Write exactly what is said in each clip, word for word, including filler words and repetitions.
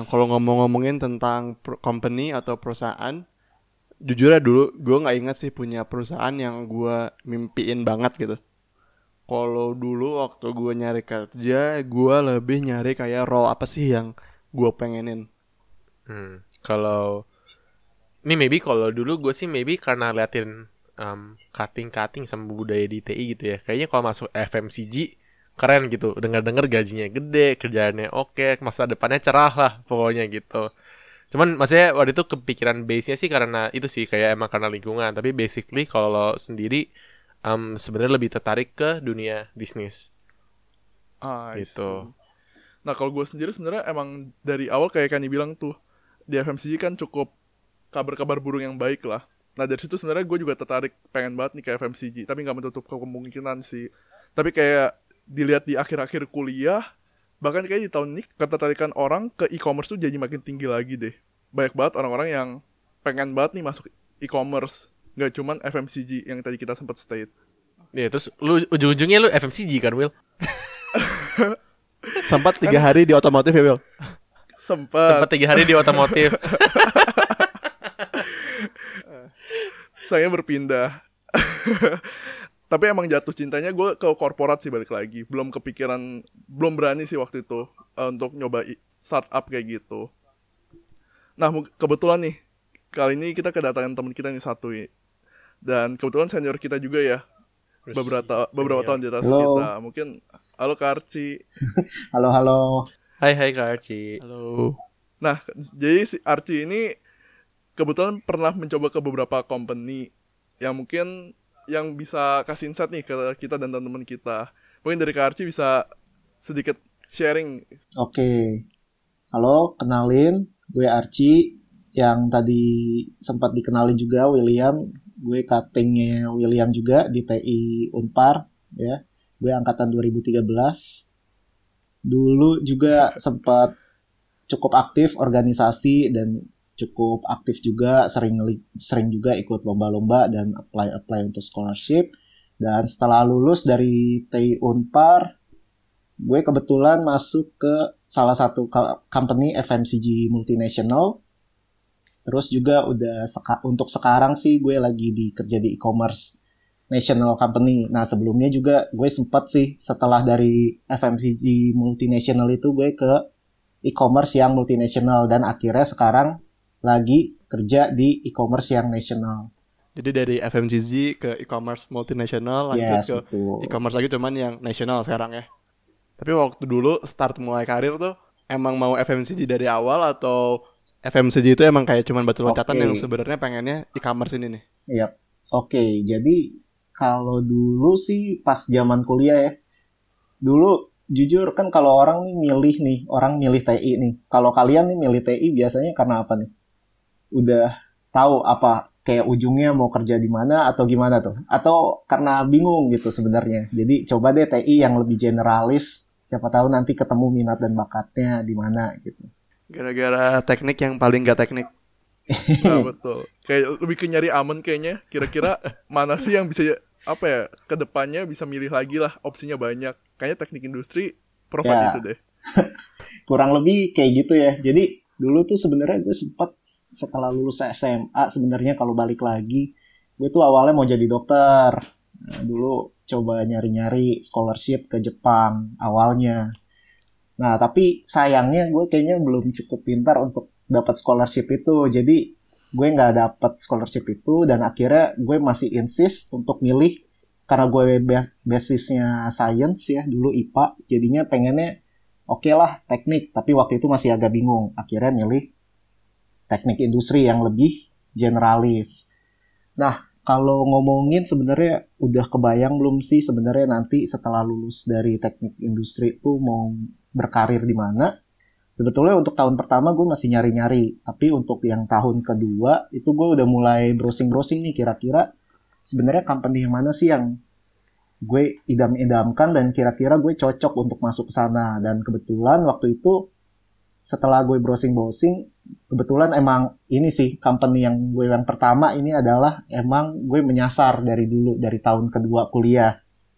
Nah, kalau ngomong-ngomongin tentang pro- company atau perusahaan, jujur ya dulu gue nggak ingat sih punya perusahaan yang gue mimpiin banget gitu. Kalau dulu waktu gue nyari kerja, gue lebih nyari kayak role apa sih yang gue pengenin. Hmm, kalau ini maybe kalau dulu gue sih maybe karena liatin um, cutting-cutting sama budaya di T I gitu ya. Kayaknya kalau masuk F M C G keren gitu. Dengar-dengar gajinya gede, kerjaannya oke, masa depannya cerah lah pokoknya gitu. Cuman maksudnya waktu itu kepikiran base-nya sih karena itu sih kayak emang karena lingkungan. Tapi basically kalau sendiri um, sebenarnya lebih tertarik ke dunia bisnis Ah, I gitu. see. Nah kalau gue sendiri sebenarnya emang dari awal kayak Kani bilang tuh, di F M C G kan cukup kabar-kabar burung yang baik lah. Nah dari situ sebenarnya gue juga tertarik pengen banget nih ke F M C G, tapi nggak menutup kemungkinan sih. Tapi kayak dilihat di akhir-akhir kuliah, bahkan kayak di tahun ini ketertarikan orang ke e-commerce tuh jadi makin tinggi lagi deh. Banyak banget orang-orang yang pengen banget nih masuk e-commerce, nggak cuman F M C G yang tadi kita sempat state. Ya terus lu ujung-ujungnya lu F M C G kan Will? Sempat tiga hari di otomotif ya Will? Sempat. Sempat tiga hari di otomotif. Saya berpindah. Tapi emang jatuh cintanya gue ke korporat sih balik lagi. Belum kepikiran, belum berani sih waktu itu uh, untuk nyoba startup kayak gitu. Nah kebetulan nih, kali ini kita kedatangan teman kita nih satu nih. Dan kebetulan senior kita juga ya. Beberapa beberapa tahun di atas Halo. kita. Mungkin, halo Kak Archie. Halo, halo. Hai hai Kak Archie. Halo. Nah, jadi si Archie ini kebetulan pernah mencoba ke beberapa company yang mungkin yang bisa kasih insight nih ke kita dan teman-teman kita. Mungkin dari Kak Archie bisa sedikit sharing. Oke. Halo, kenalin. Gue Archie. Yang tadi sempat dikenalin juga William. Gue cuttingnya William juga di T I Unpar. Ya. Gue angkatan dua ribu tiga belas. Dulu juga sempat cukup aktif organisasi dan cukup aktif juga, sering sering juga ikut lomba-lomba dan apply-apply untuk scholarship. Dan setelah lulus dari T I Unpar, gue kebetulan masuk ke salah satu company F M C G multinational. Terus juga udah seka- untuk sekarang sih gue lagi di kerja di e-commerce national company. Nah sebelumnya juga gue sempat sih setelah dari F M C G multinational itu gue ke e-commerce yang multinational dan akhirnya sekarang lagi kerja di e-commerce yang national. Jadi dari F M C G ke e-commerce multinasional lanjut Yes, ke betul. e-commerce lagi cuman yang nasional sekarang ya. Tapi waktu dulu start mulai karir tuh emang mau F M C G dari awal atau F M C G itu emang kayak cuman batu loncatan Oke. yang sebenarnya pengennya e-commerce ini nih. Iya. Oke, jadi kalau dulu sih pas zaman kuliah ya. Dulu jujur kan kalau orang nih milih nih, orang milih T I nih. Kalau kalian nih milih T I biasanya karena apa nih? Udah tahu apa kayak ujungnya mau kerja di mana atau gimana tuh? Atau karena bingung gitu sebenarnya. Jadi coba deh T I yang lebih generalis. Siapa tahu nanti ketemu minat dan bakatnya di mana gitu. Gara-gara teknik yang paling gak teknik. Nah betul. Kayak lebih ke nyari aman kayaknya. Kira-kira mana sih yang bisa apa ya kedepannya bisa milih lagi lah, opsinya banyak. Kayaknya teknik industri provide Ya. itu deh. Kurang lebih kayak gitu ya. Jadi dulu tuh sebenarnya gue sempat setelah lulus S M A sebenarnya kalau balik lagi gue tuh awalnya mau jadi dokter. Nah, dulu coba nyari-nyari scholarship ke Jepang awalnya. Nah tapi sayangnya gue kayaknya belum cukup pintar untuk dapat scholarship itu. Jadi gue nggak dapat scholarship itu dan akhirnya gue masih insist untuk milih karena gue basisnya science ya dulu I P A. Jadinya pengennya oke okay lah teknik, tapi waktu itu masih agak bingung. Akhirnya milih teknik industri yang lebih generalis. Nah, kalau ngomongin sebenarnya udah kebayang belum sih sebenarnya nanti setelah lulus dari teknik industri itu mau berkarir di mana? Sebetulnya untuk tahun pertama gue masih nyari-nyari, tapi untuk yang tahun kedua itu gue udah mulai browsing-browsing nih kira-kira sebenarnya company yang mana sih yang gue idam-idamkan dan kira-kira gue cocok untuk masuk ke sana. Dan kebetulan waktu itu setelah gue browsing-browsing, kebetulan emang ini sih company yang gue yang pertama ini adalah emang gue menyasar dari dulu, dari tahun kedua kuliah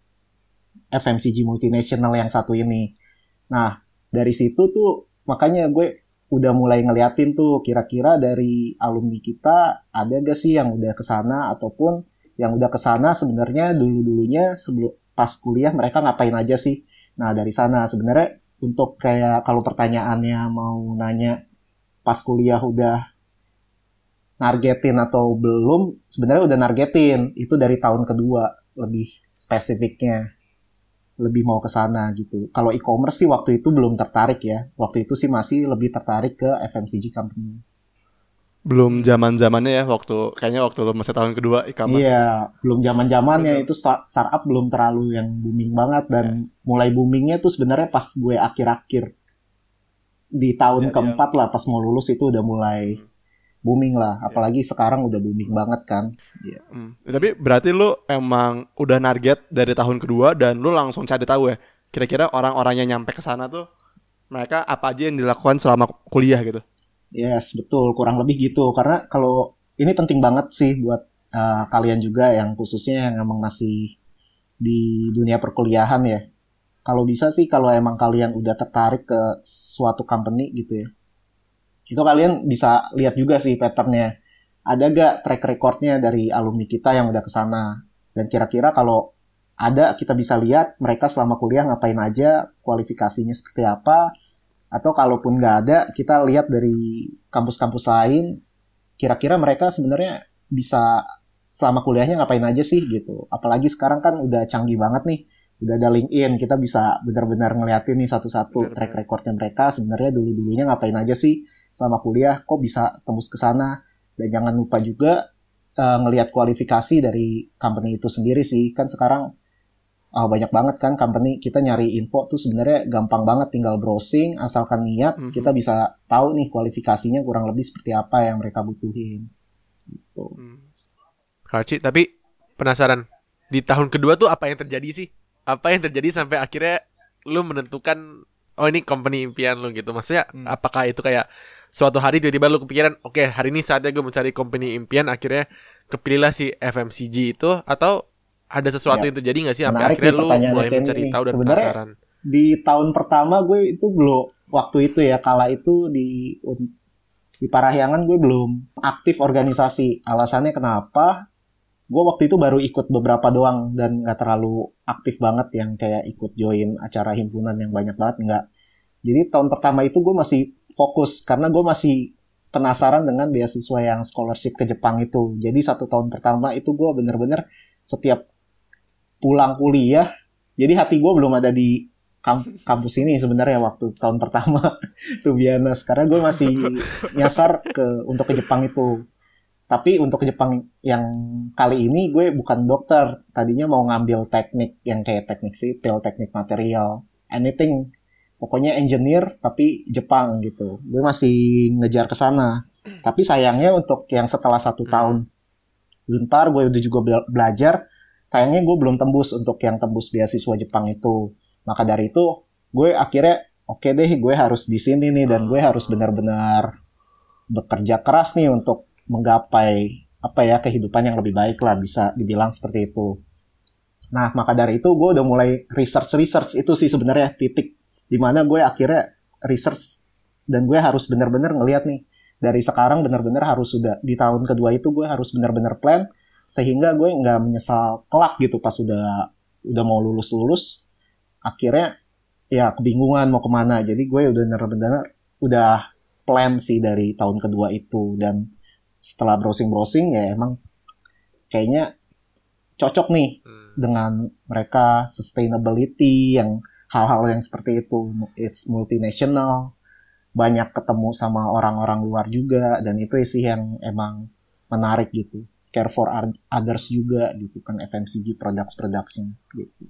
F M C G multinational yang satu ini. Nah, dari situ tuh makanya gue udah mulai ngeliatin tuh kira-kira dari alumni kita ada gak sih yang udah kesana, ataupun yang udah kesana sebenarnya dulu-dulunya sebelum pas kuliah mereka ngapain aja sih. Nah dari sana sebenarnya untuk kayak kalau pertanyaannya mau nanya pas kuliah udah nargetin atau belum, sebenarnya udah nargetin itu dari tahun kedua lebih spesifiknya, lebih mau ke sana gitu. Kalau e-commerce sih waktu itu belum tertarik ya. Waktu itu sih masih lebih tertarik ke F M C G company. Belum zaman-zamannya ya waktu kayaknya waktu lu masih tahun kedua e-commerce. Iya, belum zaman-zamannya itu start- startup belum terlalu yang booming banget, dan mulai boomingnya tuh sebenarnya pas gue akhir-akhir di tahun Jadi keempat lah, pas mau lulus itu udah mulai booming lah. Apalagi sekarang udah booming banget kan. Iya. Hmm. Tapi berarti lu emang udah target dari tahun kedua dan lu langsung cari tahu ya. Kira-kira orang-orang yang nyampe ke sana tuh mereka apa aja yang dilakukan selama kuliah gitu. Yes, betul. Kurang lebih gitu. Karena kalau ini penting banget sih buat uh, kalian juga yang khususnya yang emang masih di dunia perkuliahan ya. Kalau bisa sih kalau emang kalian udah tertarik ke suatu company gitu ya, itu kalian bisa lihat juga sih patternnya. Ada gak track recordnya dari alumni kita yang udah kesana. Dan kira-kira kalau ada, kita bisa lihat mereka selama kuliah ngapain aja, kualifikasinya seperti apa. Atau kalaupun nggak ada, kita lihat dari kampus-kampus lain, kira-kira mereka sebenarnya bisa selama kuliahnya ngapain aja sih gitu. Apalagi sekarang kan udah canggih banget nih. Udah ada LinkedIn, kita bisa benar-benar ngeliatin nih satu-satu track recordnya mereka sebenarnya dulu-dulunya ngapain aja sih selama kuliah, kok bisa tembus ke sana. Dan jangan lupa juga uh, ngelihat kualifikasi dari company itu sendiri sih. Kan sekarang uh, banyak banget kan company, kita nyari info tuh sebenarnya gampang banget, tinggal browsing, asalkan niat, mm-hmm. kita bisa tahu nih kualifikasinya kurang lebih seperti apa yang mereka butuhin. Gitu. Hmm. Karci, tapi penasaran, di tahun kedua tuh apa yang terjadi sih? Apa yang terjadi sampai akhirnya lu menentukan oh ini company impian lu gitu? Maksudnya hmm. apakah itu kayak suatu hari tiba-tiba lu kepikiran oke okay, hari ini saatnya gue mencari company impian, akhirnya kepilihlah si F M C G itu, atau ada sesuatu ya. yang terjadi gak sih sampai Menarik akhirnya lu mulai mencari tahu dan sebenarnya penasaran? Di tahun pertama gue itu belum, waktu itu ya kala itu di di Parahyangan gue belum aktif organisasi. Alasannya kenapa? Gue waktu itu baru ikut beberapa doang dan gak terlalu aktif banget yang kayak ikut join acara himpunan yang banyak banget, enggak. Jadi tahun pertama itu gue masih fokus karena gue masih penasaran dengan beasiswa yang scholarship ke Jepang itu. Jadi satu tahun pertama itu gue bener-bener setiap pulang kuliah, jadi hati gue belum ada di kampus ini sebenarnya waktu tahun pertama tuh biasa. Karena gue masih nyasar ke untuk ke Jepang itu. Tapi untuk ke Jepang yang kali ini gue bukan dokter. Tadinya mau ngambil teknik yang kayak teknik sipil, teknik material, anything. Pokoknya engineer tapi Jepang gitu. Gue masih ngejar ke sana. Tapi sayangnya untuk yang setelah satu tahun bentar gue udah juga belajar, sayangnya gue belum tembus untuk yang tembus beasiswa Jepang itu. Maka dari itu gue akhirnya oke okay deh, gue harus di sini nih dan gue harus benar-benar bekerja keras nih untuk menggapai apa ya kehidupan yang lebih baik lah, bisa dibilang seperti itu. Nah maka dari itu gue udah mulai research research itu sih sebenarnya titik dimana gue akhirnya research dan gue harus benar-benar ngelihat nih dari sekarang benar-benar harus sudah di tahun kedua itu gue harus benar-benar plan sehingga gue nggak menyesal kelak gitu pas udah udah mau lulus lulus akhirnya ya kebingungan mau kemana. Jadi gue udah benar-benar udah plan sih dari tahun kedua itu, dan setelah browsing-browsing ya emang kayaknya cocok nih hmm. dengan mereka, sustainability yang hal-hal yang seperti itu, it's multinational, banyak ketemu sama orang-orang luar juga, dan itu sih yang emang menarik gitu, care for others juga gitu kan, F M C G products production gitu.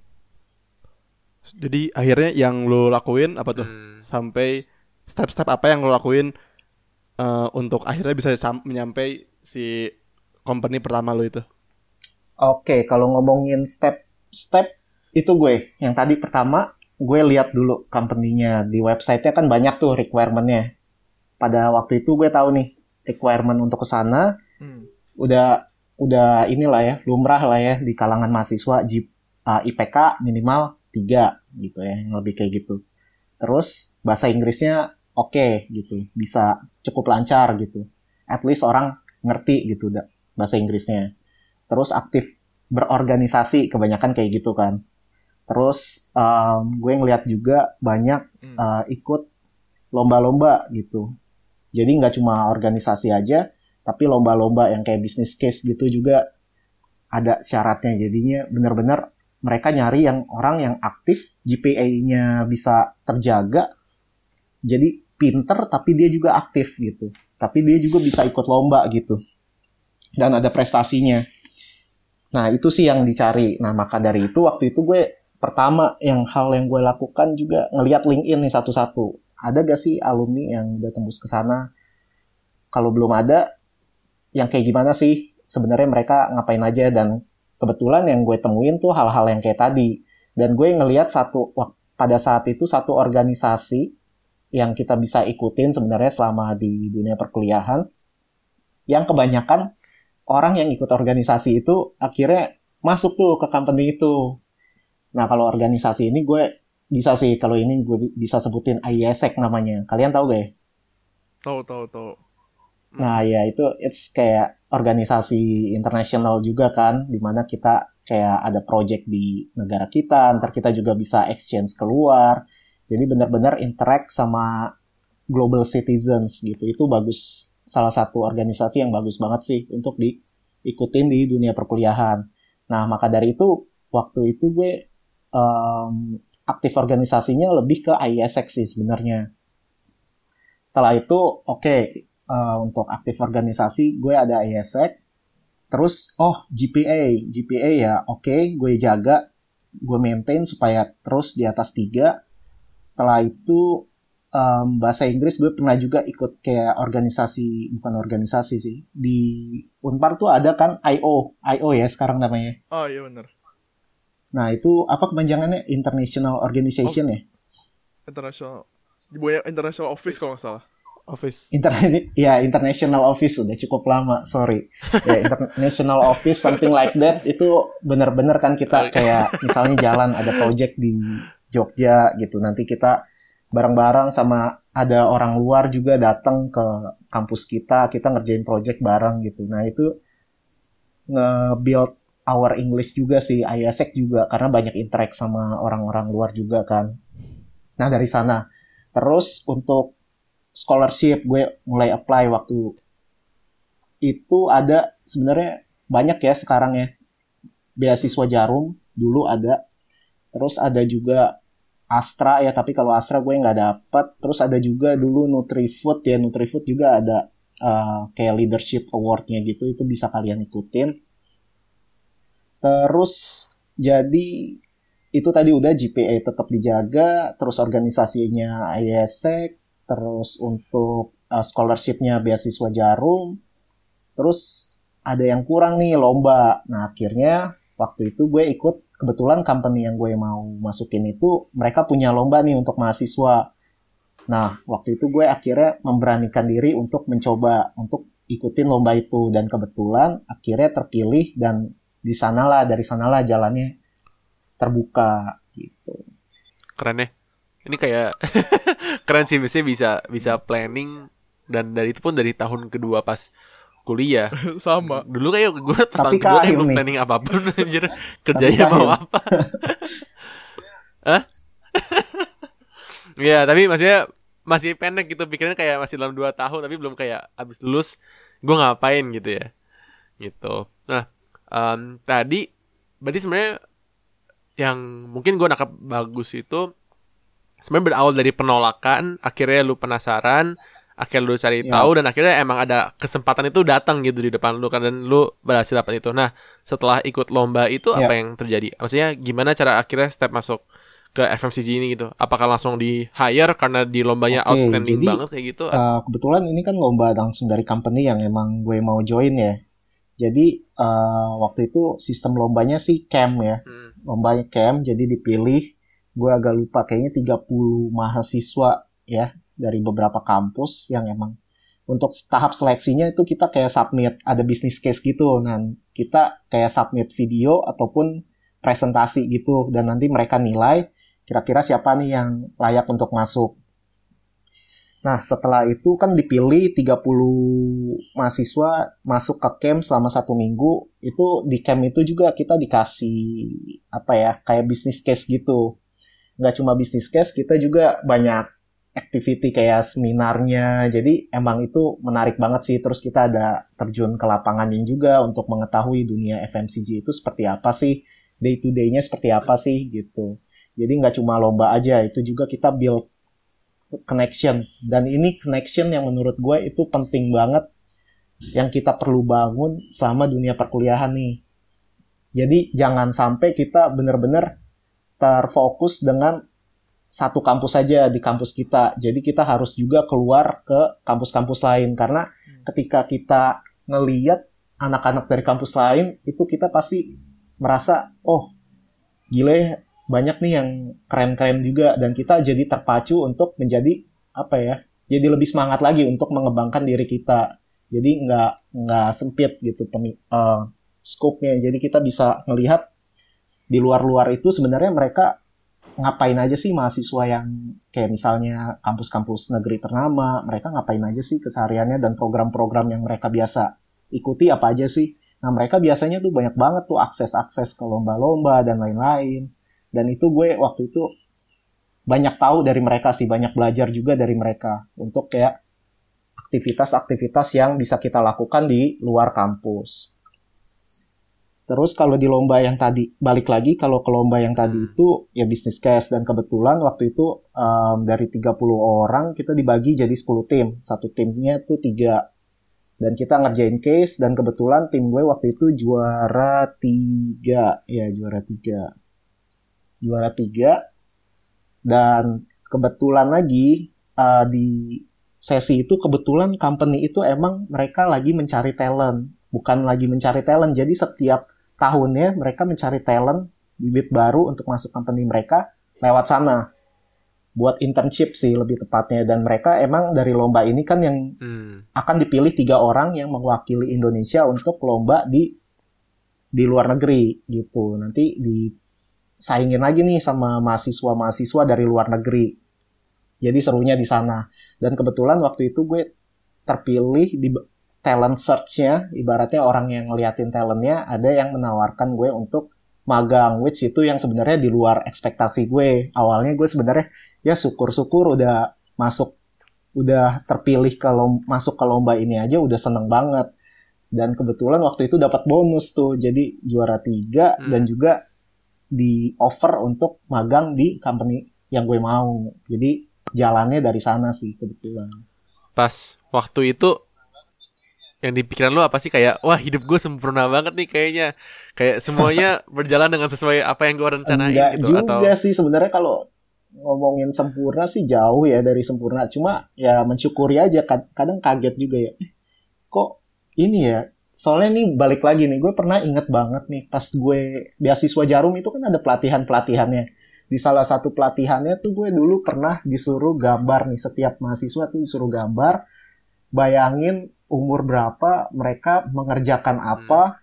Jadi akhirnya yang lo lakuin apa tuh hmm. sampai step-step apa yang lo lakuin Uh, untuk akhirnya bisa sam- menyampai si company pertama lo itu? Oke, okay, kalau ngomongin step-step itu gue, yang tadi pertama gue lihat dulu company-nya di website-nya kan banyak tuh requirement-nya. Pada waktu itu gue tahu nih requirement untuk kesana, hmm. udah udah inilah ya lumrah lah ya di kalangan mahasiswa G, uh, I P K minimal tiga gitu ya, yang lebih kayak gitu. Terus bahasa Inggrisnya oke gitu, bisa cukup lancar gitu. At least orang ngerti gitu bahasa Inggrisnya. Terus aktif berorganisasi, kebanyakan kayak gitu kan. Terus um, gue ngeliat juga banyak uh, ikut lomba-lomba gitu. Jadi nggak cuma organisasi aja, tapi lomba-lomba yang kayak business case gitu juga ada syaratnya. Jadinya benar-benar mereka nyari yang orang yang aktif, G P A-nya bisa terjaga, jadi pinter tapi dia juga aktif gitu. Tapi dia juga bisa ikut lomba gitu. Dan ada prestasinya. Nah itu sih yang dicari. Nah maka dari itu waktu itu gue pertama yang hal yang gue lakukan juga ngelihat LinkedIn nih satu-satu. Ada gak sih alumni yang udah tembus ke sana? Kalau belum ada, yang kayak gimana sih? Sebenarnya mereka ngapain aja, dan kebetulan yang gue temuin tuh hal-hal yang kayak tadi. Dan gue ngelihat satu pada saat itu satu organisasi yang kita bisa ikutin sebenarnya selama di dunia perkuliahan, yang kebanyakan orang yang ikut organisasi itu akhirnya masuk tuh ke company itu. Nah kalau organisasi ini gue bisa sih, kalau ini gue bisa sebutin I E S E C namanya. Kalian tahu gak ya? Tahu, tahu, tahu. Nah ya itu it's kayak organisasi internasional juga kan, dimana kita kayak ada project di negara kita, ntar kita juga bisa exchange keluar, jadi benar-benar interact sama global citizens gitu. Itu bagus, salah satu organisasi yang bagus banget sih untuk diikutin di dunia perkuliahan. Nah maka dari itu waktu itu gue um, aktif organisasinya lebih ke I E S E C sih sebenarnya. Setelah itu oke okay, Uh, untuk aktif organisasi gue ada I E S E C, terus oh G P A G P A ya oke okay, gue jaga, gue maintain supaya terus di atas tiga. Setelah itu um, bahasa Inggris gue pernah juga ikut kayak organisasi, bukan organisasi sih, di Unpar tuh ada kan I O I O ya sekarang namanya. Oh iya benar. Nah itu apa kepanjangannya? International Organization oh, ya? International, buaya International Office kalau nggak salah. Office. Internet, ya International Office udah cukup lama, sorry. Ya International Office something like that, itu benar-benar kan kita kayak misalnya jalan ada project di Jogja gitu, nanti kita bareng-bareng sama ada orang luar juga datang ke kampus kita, kita ngerjain project bareng gitu. Nah itu nge-build our English juga sih, I E S E C juga, karena banyak interact sama orang-orang luar juga kan. Nah dari sana, terus untuk scholarship gue mulai apply waktu itu ada sebenarnya banyak ya sekarang ya, beasiswa Jarum dulu ada, terus ada juga Astra ya, tapi kalau Astra gue nggak dapet. Terus ada juga dulu Nutrifood ya, Nutrifood juga ada uh, kayak leadership award-nya gitu, itu bisa kalian ikutin. Terus jadi itu tadi udah G P A tetap dijaga, terus organisasinya I E S E C, terus untuk uh, scholarship-nya beasiswa Jarum, terus ada yang kurang nih lomba. Nah akhirnya waktu itu gue ikut, kebetulan company yang gue mau masukin itu mereka punya lomba nih untuk mahasiswa. Nah waktu itu gue akhirnya memberanikan diri untuk mencoba untuk ikutin lomba itu, dan kebetulan akhirnya terpilih, dan di sanalah dari sanalah jalannya terbuka gitu. Keren ya. Ini kayak keren sih, biasanya bisa bisa planning, dan dari itu pun dari tahun kedua pas kuliah. Sama. Dulu kayak gue pas tahun kedua kayak belum planning apapun anjir, kerjanya mau apa. Hah? Ya, tapi maksudnya masih pendek gitu pikirnya, kayak masih dalam dua tahun tapi belum kayak abis lulus gue ngapain gitu ya. Gitu. Nah, um, tadi berarti sebenarnya yang mungkin gue nangkap bagus itu sebenarnya berawal dari penolakan, akhirnya lu penasaran, akhirnya lu cari ya. tahu, dan akhirnya emang ada kesempatan itu datang gitu di depan lu kan, dan lu berhasil dapat itu. Nah, setelah ikut lomba itu ya. Apa yang terjadi? Maksudnya gimana cara akhirnya step masuk ke F M C G ini gitu? Apakah langsung di hire karena di lombanya okay, outstanding jadi, banget kayak gitu? Uh, kebetulan ini kan lomba langsung dari company yang emang gue mau join ya. Jadi uh, waktu itu sistem lombanya sih camp ya, hmm. lombanya camp, jadi dipilih. Gue agak lupa, kayaknya tiga puluh mahasiswa ya dari beberapa kampus yang emang untuk tahap seleksinya itu kita kayak submit, ada business case gitu. Nah, kita kayak submit video ataupun presentasi gitu, dan nanti mereka nilai kira-kira siapa nih yang layak untuk masuk. Nah, setelah itu kan dipilih tiga puluh mahasiswa masuk ke camp selama satu minggu. Itu di camp itu juga kita dikasih apa ya, kayak business case gitu. Nggak cuma business case, kita juga banyak activity kayak seminarnya. Jadi emang itu menarik banget sih. Terus kita ada terjun ke lapangannya juga untuk mengetahui dunia F M C G itu seperti apa sih. Day to day-nya seperti apa sih gitu. Jadi nggak cuma lomba aja, itu juga kita build connection. Dan ini connection yang menurut gue itu penting banget yang kita perlu bangun selama dunia perkuliahan nih. Jadi jangan sampai kita benar-benar terfokus dengan satu kampus saja di kampus kita. Jadi kita harus juga keluar ke kampus-kampus lain. Karena ketika kita ngeliat anak-anak dari kampus lain, itu kita pasti merasa, oh gile banyak nih yang keren-keren juga. Dan kita jadi terpacu untuk menjadi, apa ya, jadi lebih semangat lagi untuk mengembangkan diri kita. Jadi nggak, nggak sempit gitu pemi- uh, scope-nya. Jadi kita bisa ngelihat di luar-luar itu sebenarnya mereka ngapain aja sih mahasiswa yang kayak misalnya kampus-kampus negeri ternama, mereka ngapain aja sih kesehariannya dan program-program yang mereka biasa ikuti apa aja sih. Nah mereka biasanya tuh banyak banget tuh akses-akses ke lomba-lomba dan lain-lain. Dan itu gue waktu itu banyak tahu dari mereka sih, banyak belajar juga dari mereka untuk kayak aktivitas-aktivitas yang bisa kita lakukan di luar kampus. Terus kalau di lomba yang tadi, balik lagi kalau ke lomba yang tadi itu ya business case. Dan kebetulan waktu itu um, dari tiga puluh orang kita dibagi jadi sepuluh tim. Satu timnya tuh tiga. Dan kita ngerjain case dan kebetulan tim gue waktu itu juara tiga. Ya juara tiga. Juara tiga. Dan kebetulan lagi uh, di sesi itu kebetulan company itu emang mereka lagi mencari talent. Bukan lagi mencari talent, jadi setiap tahunnya mereka mencari talent, bibit baru untuk masuk company mereka lewat sana. Buat internship sih lebih tepatnya. Dan mereka emang dari lomba ini kan yang hmm. akan dipilih tiga orang yang mewakili Indonesia untuk lomba di di luar negeri gitu. Nanti disaingin lagi nih sama mahasiswa-mahasiswa dari luar negeri. Jadi serunya di sana. Dan kebetulan waktu itu gue terpilih di talent search-nya, ibaratnya orang yang ngeliatin talentnya, ada yang menawarkan gue untuk magang, which itu yang sebenarnya di luar ekspektasi gue. Awalnya gue sebenarnya ya syukur-syukur udah masuk, udah terpilih kalau masuk ke lomba ini aja udah seneng banget. Dan kebetulan waktu itu dapat bonus tuh, jadi juara tiga hmm. dan juga di offer untuk magang di company yang gue mau. Jadi jalannya dari sana sih kebetulan. Pas waktu itu yang di pikiran lu apa sih, kayak wah hidup gue sempurna banget nih kayaknya, kayak semuanya berjalan dengan sesuai apa yang gue rencanain? Enggak gitu juga atau sih sebenarnya. Kalau ngomongin sempurna sih jauh ya dari sempurna, cuma ya mensyukuri aja. Kadang kaget juga ya, eh, kok ini ya. Soalnya nih balik lagi nih, gue pernah inget banget nih pas gue beasiswa Jarum itu kan ada pelatihan-pelatihannya. Di salah satu pelatihannya tuh gue dulu pernah disuruh gambar nih, setiap mahasiswa tuh disuruh gambar, bayangin umur berapa, mereka mengerjakan apa, hmm.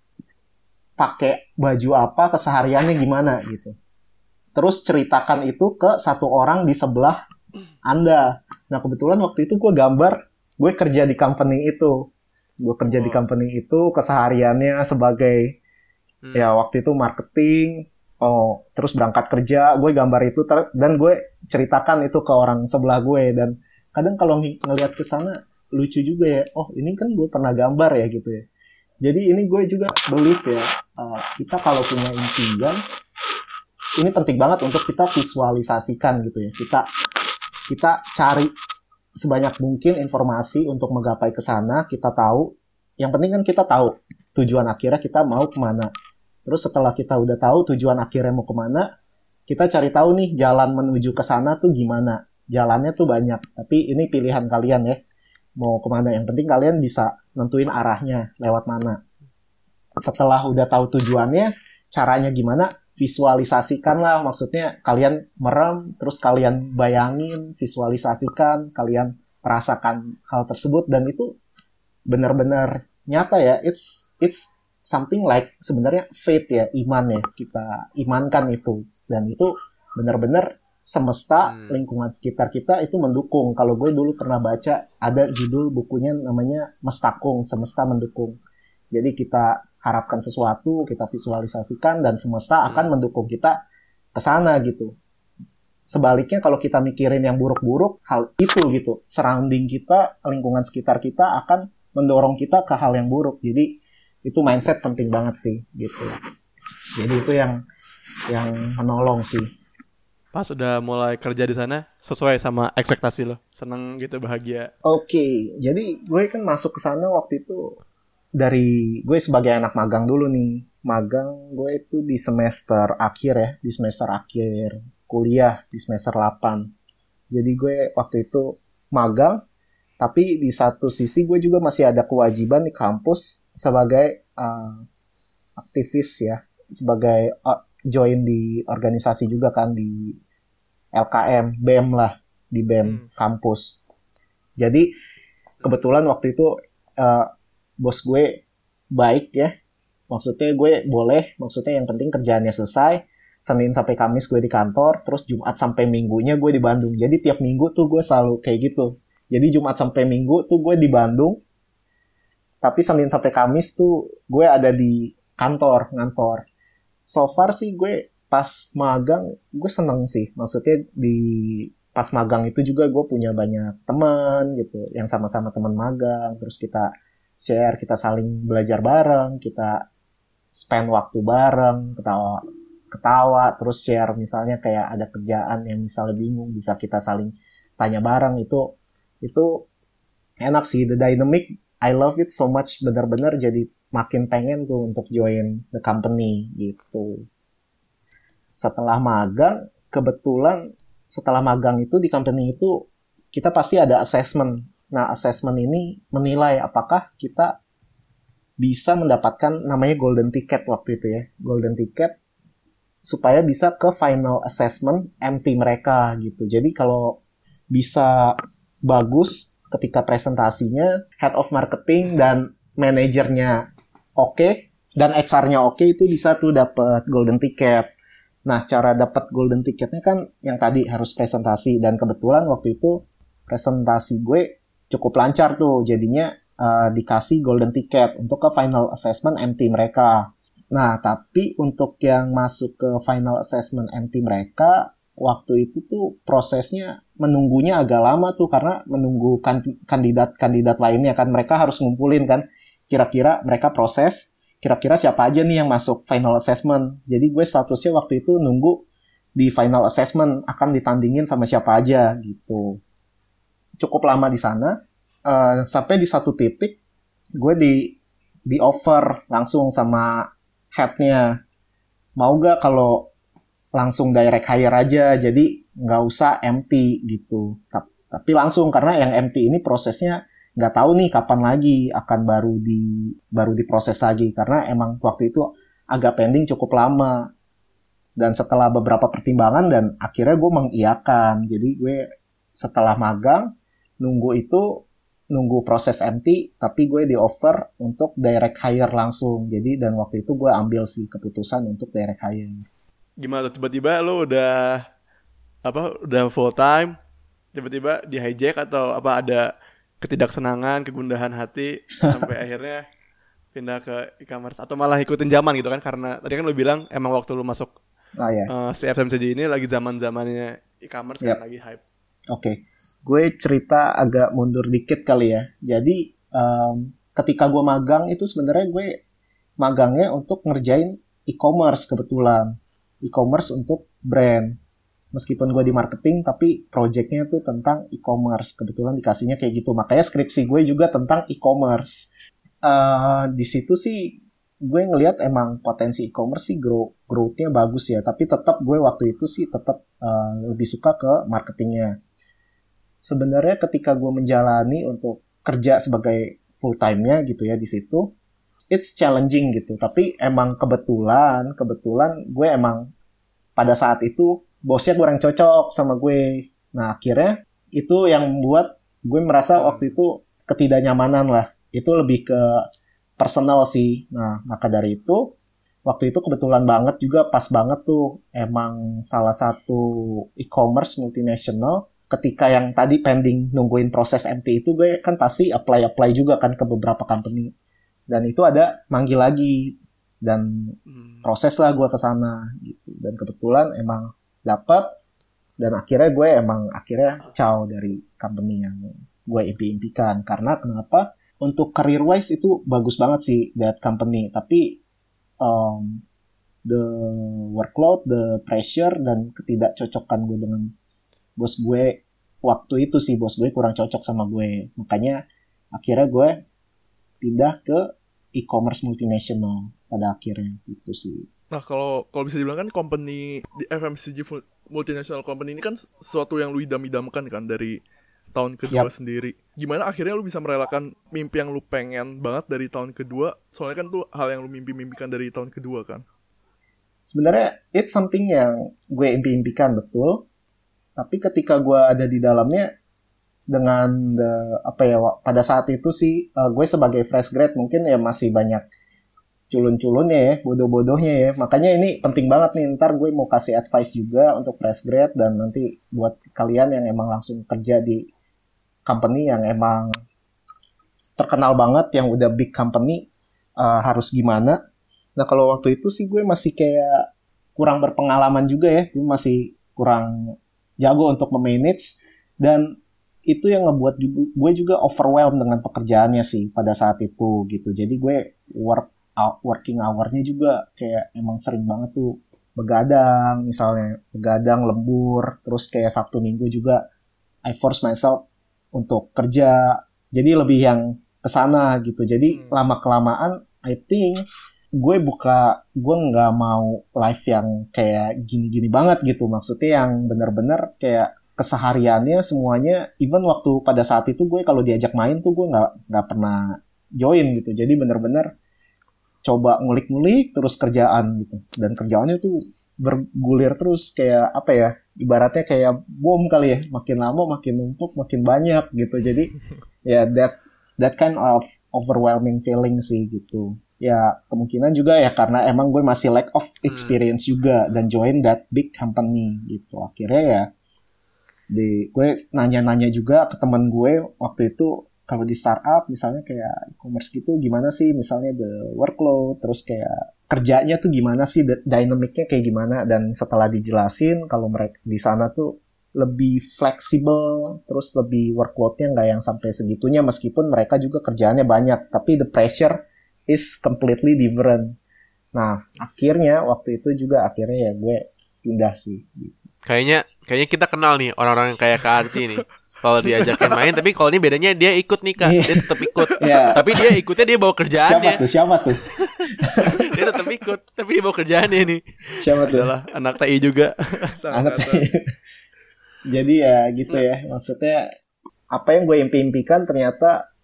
pakai baju apa, kesehariannya gimana gitu. Terus ceritakan itu ke satu orang di sebelah Anda. Nah kebetulan waktu itu gue gambar, gue kerja di company itu. Gue kerja oh. di company itu, kesehariannya sebagai, hmm. ya waktu itu marketing, oh terus berangkat kerja, gue gambar itu, ter- dan gue ceritakan itu ke orang sebelah gue. Dan kadang kalau ng- ngelihat ke sana, lucu juga ya, oh ini kan gue pernah gambar ya gitu ya. Jadi ini gue juga believe ya, uh, kita kalau punya impian, ini penting banget untuk kita visualisasikan gitu ya. Kita kita cari sebanyak mungkin informasi untuk menggapai ke sana. Kita tahu, yang penting kan kita tahu tujuan akhirnya kita mau kemana. Terus setelah kita udah tahu tujuan akhirnya mau kemana, kita cari tahu nih jalan menuju ke sana tuh gimana. Jalannya tuh banyak, tapi ini pilihan kalian ya. Mau kemana, yang penting kalian bisa nentuin arahnya lewat mana. Setelah udah tahu tujuannya, caranya gimana, visualisasikan lah. Maksudnya kalian merem, terus kalian bayangin, visualisasikan, kalian merasakan hal tersebut. Dan itu benar-benar nyata ya. It's it's something like sebenarnya faith ya, iman ya. Kita imankan itu. Dan itu benar-benar semesta, Hmm. lingkungan sekitar kita itu mendukung. Kalau gue dulu pernah baca ada judul bukunya namanya Mestakung, semesta mendukung. Jadi kita harapkan sesuatu, kita visualisasikan dan semesta akan Hmm. mendukung kita ke sana gitu. Sebaliknya kalau kita mikirin yang buruk-buruk, hal itu gitu, surrounding kita, lingkungan sekitar kita akan mendorong kita ke hal yang buruk. Jadi itu mindset penting banget sih gitu. Jadi itu yang yang menolong sih. Pas udah mulai kerja di sana sesuai sama ekspektasi lo, seneng gitu, bahagia. Oke, jadi gue kan masuk ke sana waktu itu dari gue sebagai anak magang dulu nih. Magang gue itu di semester akhir ya, di semester akhir kuliah di semester delapan. Jadi gue waktu itu magang, tapi di satu sisi gue juga masih ada kewajiban di kampus sebagai uh, aktivis ya, sebagai uh, join di organisasi juga kan di L K M, B E M lah, di B E M Hmm. kampus. Jadi kebetulan waktu itu uh, bos gue baik ya, maksudnya gue boleh, maksudnya yang penting kerjaannya selesai. Senin sampai Kamis gue di kantor, terus Jumat sampai Minggunya gue di Bandung. Jadi tiap minggu tuh gue selalu kayak gitu. Jadi Jumat sampai Minggu tuh gue di Bandung, tapi Senin sampai Kamis tuh gue ada di kantor, ngantor. So far sih gue pas magang gue seneng sih. Maksudnya di pas magang itu juga gue punya banyak teman gitu, yang sama-sama teman magang. Terus kita share, kita saling belajar bareng, kita spend waktu bareng, ketawa, ketawa, terus share misalnya kayak ada kerjaan yang misalnya bingung, bisa kita saling tanya bareng. Itu itu enak sih, the dynamic. I love it so much, benar-benar jadi makin pengen tuh untuk join the company gitu. Setelah magang, kebetulan setelah magang itu di company itu kita pasti ada assessment. Nah, assessment ini menilai apakah kita bisa mendapatkan namanya golden ticket waktu itu ya. Golden ticket supaya bisa ke final assessment M T mereka gitu. Jadi kalau bisa bagus ketika presentasinya, head of marketing dan manajernya oke, okay, dan H R-nya oke, okay, itu bisa tuh dapat golden ticket. Nah, cara dapat golden ticketnya kan yang tadi harus presentasi, dan kebetulan waktu itu presentasi gue cukup lancar tuh, jadinya uh, dikasih golden ticket untuk ke final assessment M T mereka. Nah, tapi untuk yang masuk ke final assessment M T mereka, waktu itu tuh prosesnya menunggunya agak lama tuh, karena menunggu kandidat-kandidat lainnya kan, mereka harus ngumpulin kan, kira-kira mereka proses, kira-kira siapa aja nih yang masuk final assessment. Jadi gue statusnya waktu itu nunggu di final assessment akan ditandingin sama siapa aja gitu. Cukup lama di sana, uh, sampai di satu titik gue di di offer langsung sama headnya, mau gak kalau langsung direct hire aja, jadi nggak usah M T gitu. Tapi langsung, karena yang M T ini prosesnya nggak tahu nih kapan lagi akan baru di baru diproses lagi, karena emang waktu itu agak pending cukup lama. Dan setelah beberapa pertimbangan dan akhirnya gue mengiyakan. Jadi gue setelah magang nunggu itu nunggu proses M T, tapi gue di offer untuk direct hire langsung. Jadi dan waktu itu gue ambil sih keputusan untuk direct hire. Gimana tuh tiba-tiba lo udah apa udah full time, tiba-tiba di hijack atau apa ada ketidaksenangan, kegundahan hati sampai akhirnya pindah ke e-commerce atau malah ikutin zaman gitu kan, karena tadi kan lo bilang emang waktu lo masuk oh, ya. uh, si F M C G ini lagi zaman-zamannya e-commerce yep. kan lagi hype. Oke, okay. Gue cerita agak mundur dikit kali ya. Jadi um, ketika gue magang itu sebenarnya gue magangnya untuk ngerjain e-commerce kebetulan. E-commerce untuk brand. Meskipun gue di marketing, tapi projectnya tuh tentang e-commerce. Kebetulan dikasihnya kayak gitu. Makanya skripsi gue juga tentang e-commerce. Uh, di situ sih gue ngelihat emang potensi e-commerce sih grow, growth-nya bagus ya. Tapi tetap gue waktu itu sih tetap uh, lebih suka ke marketingnya. Sebenarnya ketika gue menjalani untuk kerja sebagai full time-nya gitu ya di situ, it's challenging gitu. Tapi emang kebetulan, kebetulan gue emang pada saat itu bosnya kurang cocok sama gue. Nah akhirnya itu yang membuat gue merasa waktu itu ketidaknyamanan lah. Itu lebih ke personal sih. Nah maka dari itu waktu itu kebetulan banget juga pas banget tuh emang salah satu e-commerce multinational ketika yang tadi pending nungguin proses M T itu gue kan pasti apply-apply juga kan ke beberapa company dan itu ada manggil lagi dan Hmm. proses lah gue ke sana gitu dan kebetulan emang dapat dan akhirnya gue emang akhirnya caw dari company yang gue impi-impikan karena kenapa untuk career wise itu bagus banget sih that company tapi um, the workload, the pressure dan ketidakcocokan gue dengan bos gue waktu itu sih bos gue kurang cocok sama gue makanya akhirnya gue pindah ke e-commerce multinational pada akhirnya itu sih. Nah kalau kalau bisa dibilang kan company di F M C G fu- multinational company ini kan sesuatu yang lu idam-idamkan kan dari tahun kedua Yap. sendiri. Gimana akhirnya lu bisa merelakan mimpi yang lu pengen banget dari tahun kedua? Soalnya kan tuh hal yang lu mimpi-mimpikan dari tahun kedua kan. Sebenarnya it's something yang gue impi-impikan betul. Tapi ketika gue ada di dalamnya dengan the, apa ya pada saat itu sih uh, gue sebagai fresh grad mungkin ya masih banyak culun-culunnya ya, bodoh-bodohnya ya. Makanya ini penting banget nih, ntar gue mau kasih advice juga untuk fresh grad dan nanti buat kalian yang emang langsung kerja di company yang emang terkenal banget, yang udah big company, uh, harus gimana. Nah kalau waktu itu sih gue masih kayak kurang berpengalaman juga ya, gue masih kurang jago untuk memanage dan itu yang ngebuat juga, gue juga overwhelmed dengan pekerjaannya sih pada saat itu gitu. Jadi gue work working hour-nya juga kayak emang sering banget tuh begadang, misalnya begadang lembur, terus kayak Sabtu Minggu juga I force myself untuk kerja. Jadi lebih yang kesana gitu. Jadi Hmm. lama-kelamaan I think gue buka, gue nggak mau live yang kayak gini-gini banget gitu. Maksudnya yang bener-bener kayak kesehariannya semuanya, even waktu pada saat itu gue kalau diajak main tuh gue nggak nggak pernah join gitu. Jadi bener-bener coba ngulik-ngulik terus kerjaan gitu. Dan kerjaannya tuh bergulir terus kayak apa ya, ibaratnya kayak bom kali ya, makin lama makin numpuk makin banyak gitu. Jadi ya yeah, that that kind of overwhelming feeling sih gitu. Ya kemungkinan juga ya karena emang gue masih lack of experience hmm. juga dan join that big company gitu. Akhirnya ya di gue nanya-nanya juga ke teman gue waktu itu, kalau di startup misalnya kayak e-commerce gitu gimana sih misalnya the workload, terus kayak kerjanya tuh gimana sih, dynamicnya kayak gimana. Dan setelah dijelasin kalau mereka di sana tuh lebih fleksibel, terus lebih workloadnya nggak yang sampai segitunya, meskipun mereka juga kerjaannya banyak, tapi the pressure is completely different. Nah akhirnya waktu itu juga akhirnya ya gue pindah sih gitu. Kayaknya kayaknya kita kenal nih orang-orang yang kayak Kak Arci nih. Kalau diajakin main, tapi kalau ini bedanya dia ikut nih Kak, dia tetap ikut. Yeah. Tapi dia ikutnya dia bawa kerjaannya. Siapa tuh? Siapa tuh? Dia tetap ikut, tapi dia bawa kerjaannya nih. Siapa tuh? Adalah anak T I juga. Anak T I. Jadi ya gitu ya, maksudnya apa yang gue impi-impikan ternyata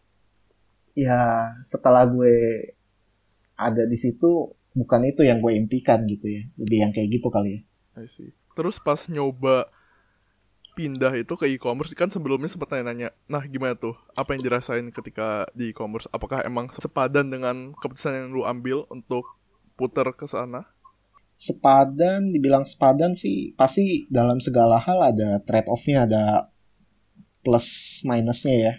ya setelah gue ada di situ bukan itu yang gue impikan gitu ya, lebih yang kayak gitu kali ya. I see. Terus pas nyoba pindah itu ke e-commerce kan sebelumnya sempat nanya-nanya, nah gimana tuh, apa yang dirasain ketika di e-commerce? Apakah emang sepadan dengan keputusan yang lu ambil untuk puter ke sana? Sepadan, dibilang sepadan sih pasti dalam segala hal ada trade off-nya, ada plus minusnya ya.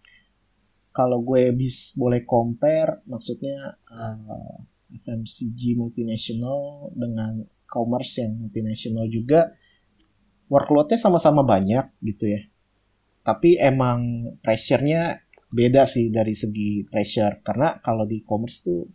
Kalau gue bis boleh compare, maksudnya uh, F M C G multinational dengan commerce yang multinational juga, workload-nya sama-sama banyak gitu ya. Tapi emang pressure-nya beda sih dari segi pressure. Karena kalau di commerce tuh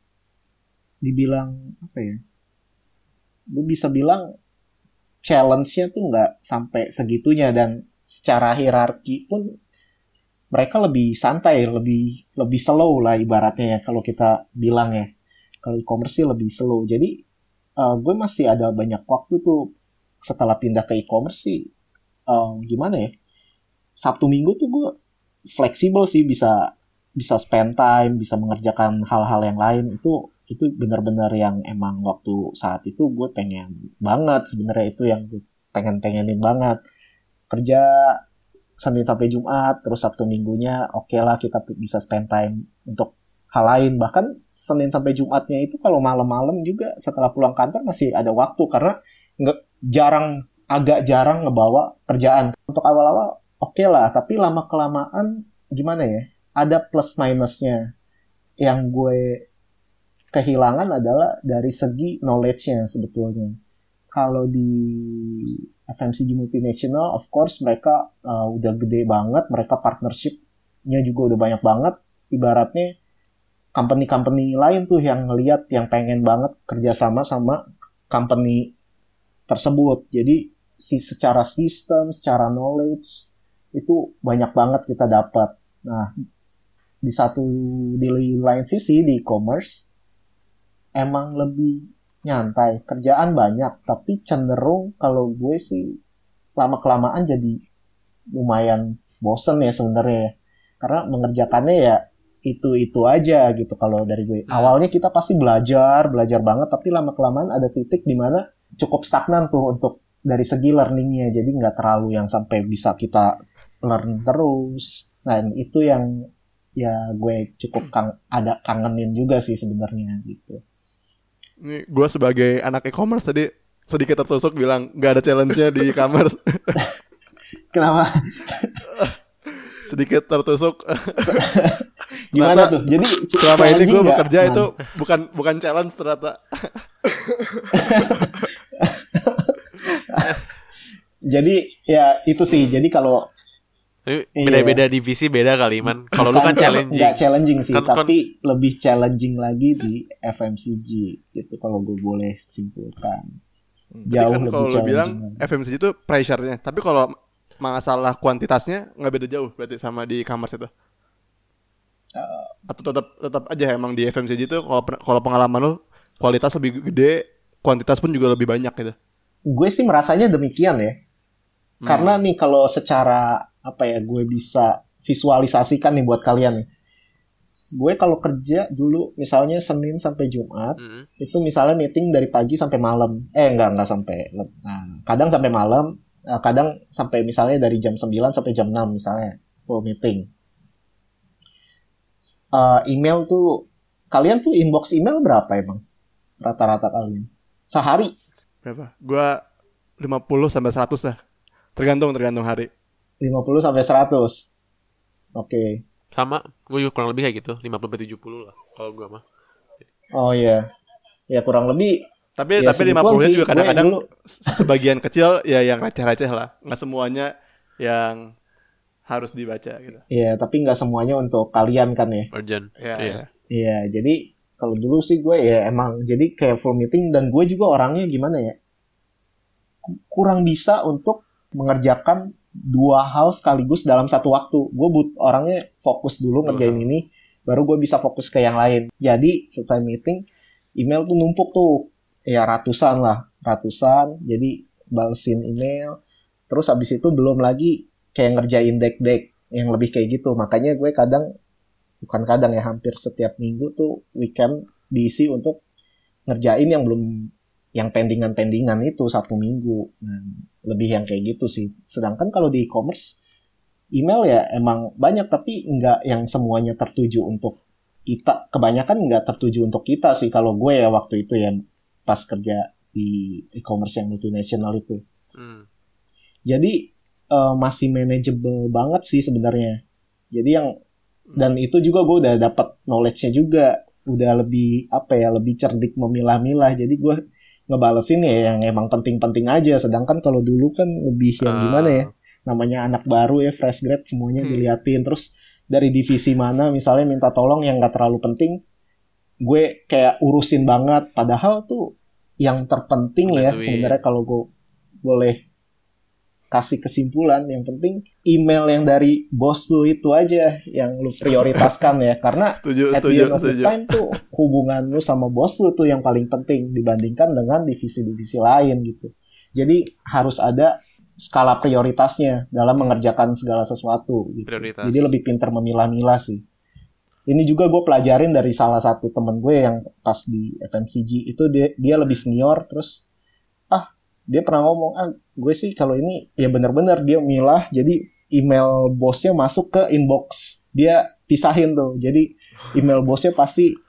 dibilang apa ya, gue bisa bilang challenge-nya tuh nggak sampai segitunya, dan secara hierarki pun mereka lebih santai, lebih lebih slow lah ibaratnya ya kalau kita bilang ya. Kalau e-commerce sih lebih slow. Jadi uh, gue masih ada banyak waktu tuh setelah pindah ke e-commerce sih. Uh, gimana ya? Sabtu Minggu tuh gue fleksibel sih, bisa bisa spend time, bisa mengerjakan hal-hal yang lain. Itu itu benar-benar yang emang waktu saat itu gue pengen banget sebenarnya, itu yang gue pengen-pengenin banget. Kerja Senin sampai Jumat, terus Sabtu Minggunya oke okay lah kita bisa spend time untuk hal lain. Bahkan Senin sampai Jumatnya itu kalau malam-malam juga setelah pulang kantor masih ada waktu karena nggak jarang agak jarang ngebawa kerjaan. Untuk awal-awal oke okay lah, tapi lama kelamaan gimana ya? Ada plus minusnya. Yang gue kehilangan adalah dari segi knowledge-nya sebetulnya. Kalau di F M C G multinational, of course mereka uh, udah gede banget, mereka partnership-nya juga udah banyak banget. Ibaratnya company-company lain tuh yang ngelihat, yang pengen banget kerjasama sama company tersebut. Jadi si secara sistem, secara knowledge itu banyak banget kita dapat. Nah, di satu di lain sisi di e-commerce emang lebih nyantai, kerjaan banyak, tapi cenderung kalau gue sih lama kelamaan jadi lumayan bosen ya sebenarnya, karena mengerjakannya ya itu-itu aja gitu. Kalau dari gue awalnya kita pasti belajar belajar banget, tapi lama kelamaan ada titik di mana cukup stagnan tuh untuk dari segi learningnya, jadi nggak terlalu yang sampai bisa kita learn terus. Nah itu yang ya gue cukup kang ada kangenin juga sih sebenarnya gitu. Ini gue sebagai anak e-commerce tadi sedikit tertusuk bilang nggak ada challenge-nya di e-commerce. Kenapa? Sedikit tertusuk. Gimana tuh? Jadi selama ini gue bekerja gak? itu bukan bukan challenge ternyata. Jadi ya itu sih. Jadi kalau beda-beda iya. divisi beda kali Man. Kalau lu kan challenging. Enggak challenging sih, kan, tapi kan... lebih challenging lagi di F M C G gitu kalau gue boleh simpulkan. Jauh kan lebih kalau lu bilang lagi. F M C G itu pressure-nya, tapi kalau masalah kuantitasnya nggak beda jauh berarti sama di e-commerce itu. Uh, Atau tetap tetap aja emang di F M C G itu kalau kalau pengalaman lu kualitas lebih gede, kuantitas pun juga lebih banyak gitu. Gue sih merasanya demikian ya. Hmm. Karena nih kalau secara apa ya gue bisa visualisasikan nih buat kalian nih. Gue kalau kerja dulu misalnya Senin sampai Jumat, mm. itu misalnya meeting dari pagi sampai malam. Eh enggak enggak sampai. Nah, kadang sampai malam, kadang sampai misalnya dari jam sembilan sampai jam enam misalnya full meeting. Uh, email tuh kalian tuh inbox email berapa emang? Rata-rata kalian. Sehari berapa? Gue lima puluh sampai seratus lah. Tergantung tergantung hari. lima puluh sampai seratus. Oke. Okay. Sama, gue juga kurang lebih kayak gitu, lima puluh sampai tujuh puluh lah kalau gue mah. Oh iya. Ya kurang lebih. Tapi ya, tapi lima puluh-nya juga kadang-kadang sebagian kecil ya yang receh-receh lah. Enggak semuanya yang harus dibaca gitu. Iya, tapi enggak semuanya untuk kalian kan ya. Urgent. Iya. Iya, ya, jadi kalau dulu sih gue ya emang jadi kayak full meeting, dan gue juga orangnya gimana ya? Kurang bisa untuk mengerjakan dua hal sekaligus dalam satu waktu. Gue but orangnya fokus dulu ngerjain uh-huh. ini, baru gue bisa fokus ke yang lain. Jadi selesai meeting, email tuh numpuk tuh, ya ratusan lah, ratusan. Jadi balesin email, terus habis itu belum lagi kayak ngerjain deck-deck yang lebih kayak gitu. Makanya gue kadang, bukan kadang ya, hampir setiap minggu tuh weekend diisi untuk ngerjain yang belum, yang pendingan-pendingan itu satu minggu. Nah, lebih yang kayak gitu sih. Sedangkan kalau di e-commerce, email ya emang banyak, tapi nggak yang semuanya tertuju untuk kita. Kebanyakan nggak tertuju untuk kita sih kalau gue ya waktu itu ya pas kerja di e-commerce yang multinational itu. Hmm. Jadi uh, masih manageable banget sih sebenarnya. Jadi yang dan itu juga gue udah dapat knowledge-nya juga, udah lebih apa ya, lebih cerdik memilah-milah. Jadi gue ngebalesin ya yang emang penting-penting aja. Sedangkan kalau dulu kan lebih yang gimana ya, namanya anak baru ya, fresh grad, semuanya hmm. diliatin. Terus dari divisi mana misalnya minta tolong yang gak terlalu penting, gue kayak urusin banget. Padahal tuh yang terpenting ya sebenarnya kalau gue boleh kasih kesimpulan, yang penting email yang dari bos lu itu aja yang lu prioritaskan ya. Karena setuju, at setuju, the end of the setuju. time tuh hubungan lu sama bos lu tuh yang paling penting dibandingkan dengan divisi-divisi lain gitu. Jadi harus ada skala prioritasnya dalam mengerjakan segala sesuatu gitu. Prioritas. Jadi lebih pintar memilah-milah sih. Ini juga gue pelajarin dari salah satu temen gue yang pas di F M C G itu, dia, dia lebih senior, terus ah dia pernah ngomong, ah gue sih kalau ini ya benar-benar dia milah, jadi email bosnya masuk ke inbox dia pisahin tuh, jadi email bosnya pasti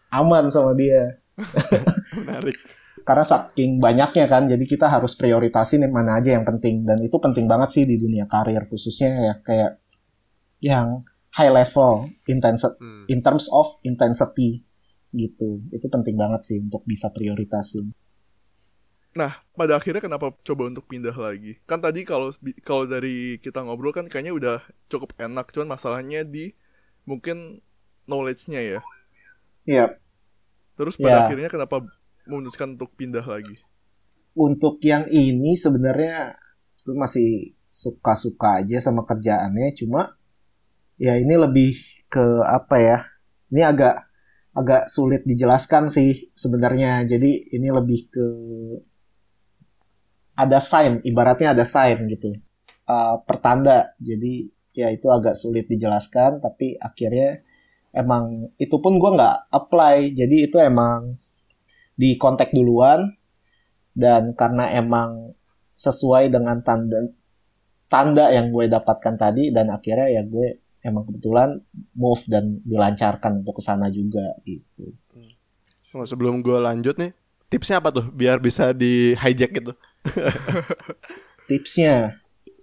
aman sama dia. Menarik. Karena saking banyaknya kan, jadi kita harus prioritasin yang mana aja yang penting. Dan itu penting banget sih di dunia karir, khususnya ya kayak yang high level, intensi- Hmm. in terms of intensity gitu. Itu penting banget sih untuk bisa prioritasin. Nah, pada akhirnya kenapa coba untuk pindah lagi? Kan tadi kalau kalau dari kita ngobrol kan kayaknya udah cukup enak, cuman masalahnya di mungkin knowledge-nya ya. Iya, Terus pada Ya. akhirnya kenapa memutuskan untuk pindah lagi? untuk yang ini sebenarnya gue masih suka-suka aja sama kerjaannya, cuma ya ini lebih ke apa ya? Ini agak agak sulit dijelaskan sih sebenarnya. Jadi ini lebih ke ada sign, ibaratnya ada sign gitu. Uh, pertanda. Jadi ya itu agak sulit dijelaskan, tapi akhirnya emang itu pun gue nggak apply. Jadi itu emang di kontak duluan, dan karena emang sesuai dengan tanda tanda yang gue dapatkan tadi, dan akhirnya ya gue emang kebetulan move dan dilancarkan untuk ke sana juga gitu. Oh, sebelum gue lanjut nih, tipsnya apa tuh biar bisa di hijack gitu? Tipsnya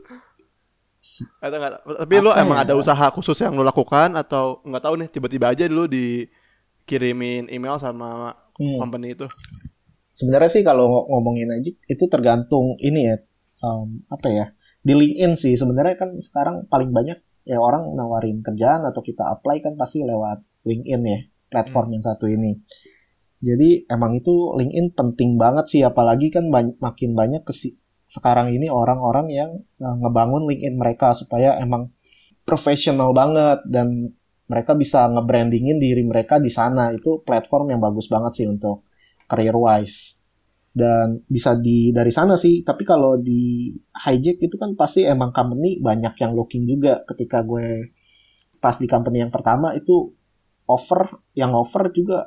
Atau enggak? Tapi lu Apa emang ya? ada usaha khusus yang lu lakukan atau nggak tahu nih tiba-tiba aja dulu dikirimin email sama hmm, company itu? sebenarnya sih kalau ng- ngomongin aja itu tergantung ini ya, um, apa ya, di LinkedIn sih sebenarnya kan sekarang paling banyak ya orang nawarin kerjaan atau kita apply kan pasti lewat LinkedIn ya, platform yang satu ini. Jadi emang itu LinkedIn penting banget sih, apalagi kan bany- makin banyak kesi- sekarang ini orang-orang yang uh, ngebangun LinkedIn mereka supaya emang profesional banget, dan mereka bisa nge-brandingin diri mereka di sana. Itu platform yang bagus banget sih untuk career wise, dan bisa di dari sana sih. Tapi kalau di hijack itu kan pasti emang company banyak yang looking juga. Ketika gue pas di company yang pertama itu offer yang offer juga,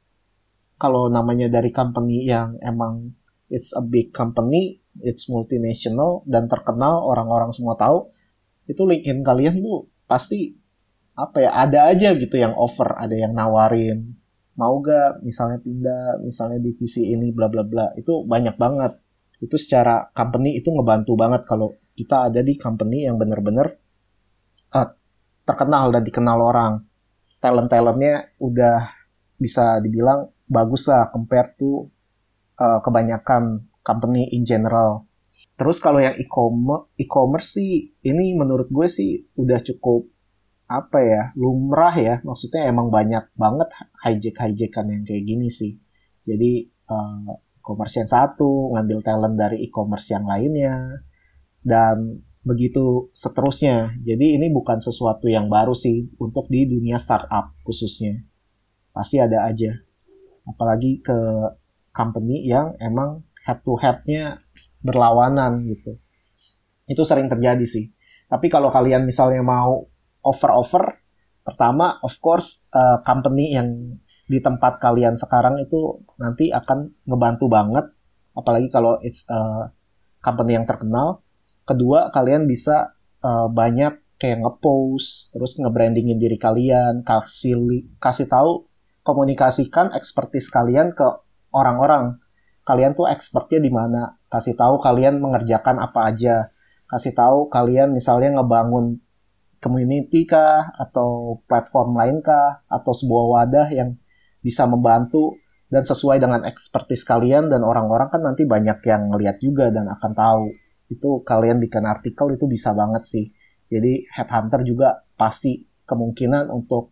kalau namanya dari company yang emang it's a big company, it's multinational dan terkenal, orang-orang semua tahu, itu LinkedIn kalian tuh pasti apa ya, ada aja gitu yang offer, ada yang nawarin, mau gak misalnya pindah, misalnya divisi ini bla bla bla. Itu banyak banget. Itu secara company itu ngebantu banget kalau kita ada di company yang bener-bener uh, terkenal dan dikenal orang. Talent-talentnya udah bisa dibilang bagus lah compare to uh, kebanyakan company in general. Terus kalau yang e-commerce, e-commerce sih ini menurut gue sih udah cukup apa ya, lumrah ya. Maksudnya emang banyak banget hijack-hijackan yang kayak gini sih. Jadi uh, e-commerce yang satu ngambil talent dari e-commerce yang lainnya, dan begitu seterusnya. Jadi ini bukan sesuatu yang baru sih untuk di dunia startup khususnya. Pasti ada aja. Apalagi ke company yang emang head to head-nya berlawanan gitu. Itu sering terjadi sih. Tapi kalau kalian misalnya mau offer-offer, pertama of course uh, company yang di tempat kalian sekarang itu nanti akan ngebantu banget, apalagi kalau it's a company yang terkenal. Kedua, kalian bisa uh, banyak kayak nge-post, terus nge-brandingin diri kalian, kasih kasih tahu, komunikasikan expertise kalian ke orang-orang. Kalian tuh expertnya di mana, kasih tahu kalian mengerjakan apa aja, kasih tahu kalian misalnya ngebangun community kah, atau platform lain kah, atau sebuah wadah yang bisa membantu dan sesuai dengan expertise kalian, dan orang-orang kan nanti banyak yang ngeliat juga dan akan tahu. Itu kalian bikin artikel itu bisa banget sih. Jadi headhunter juga pasti kemungkinan untuk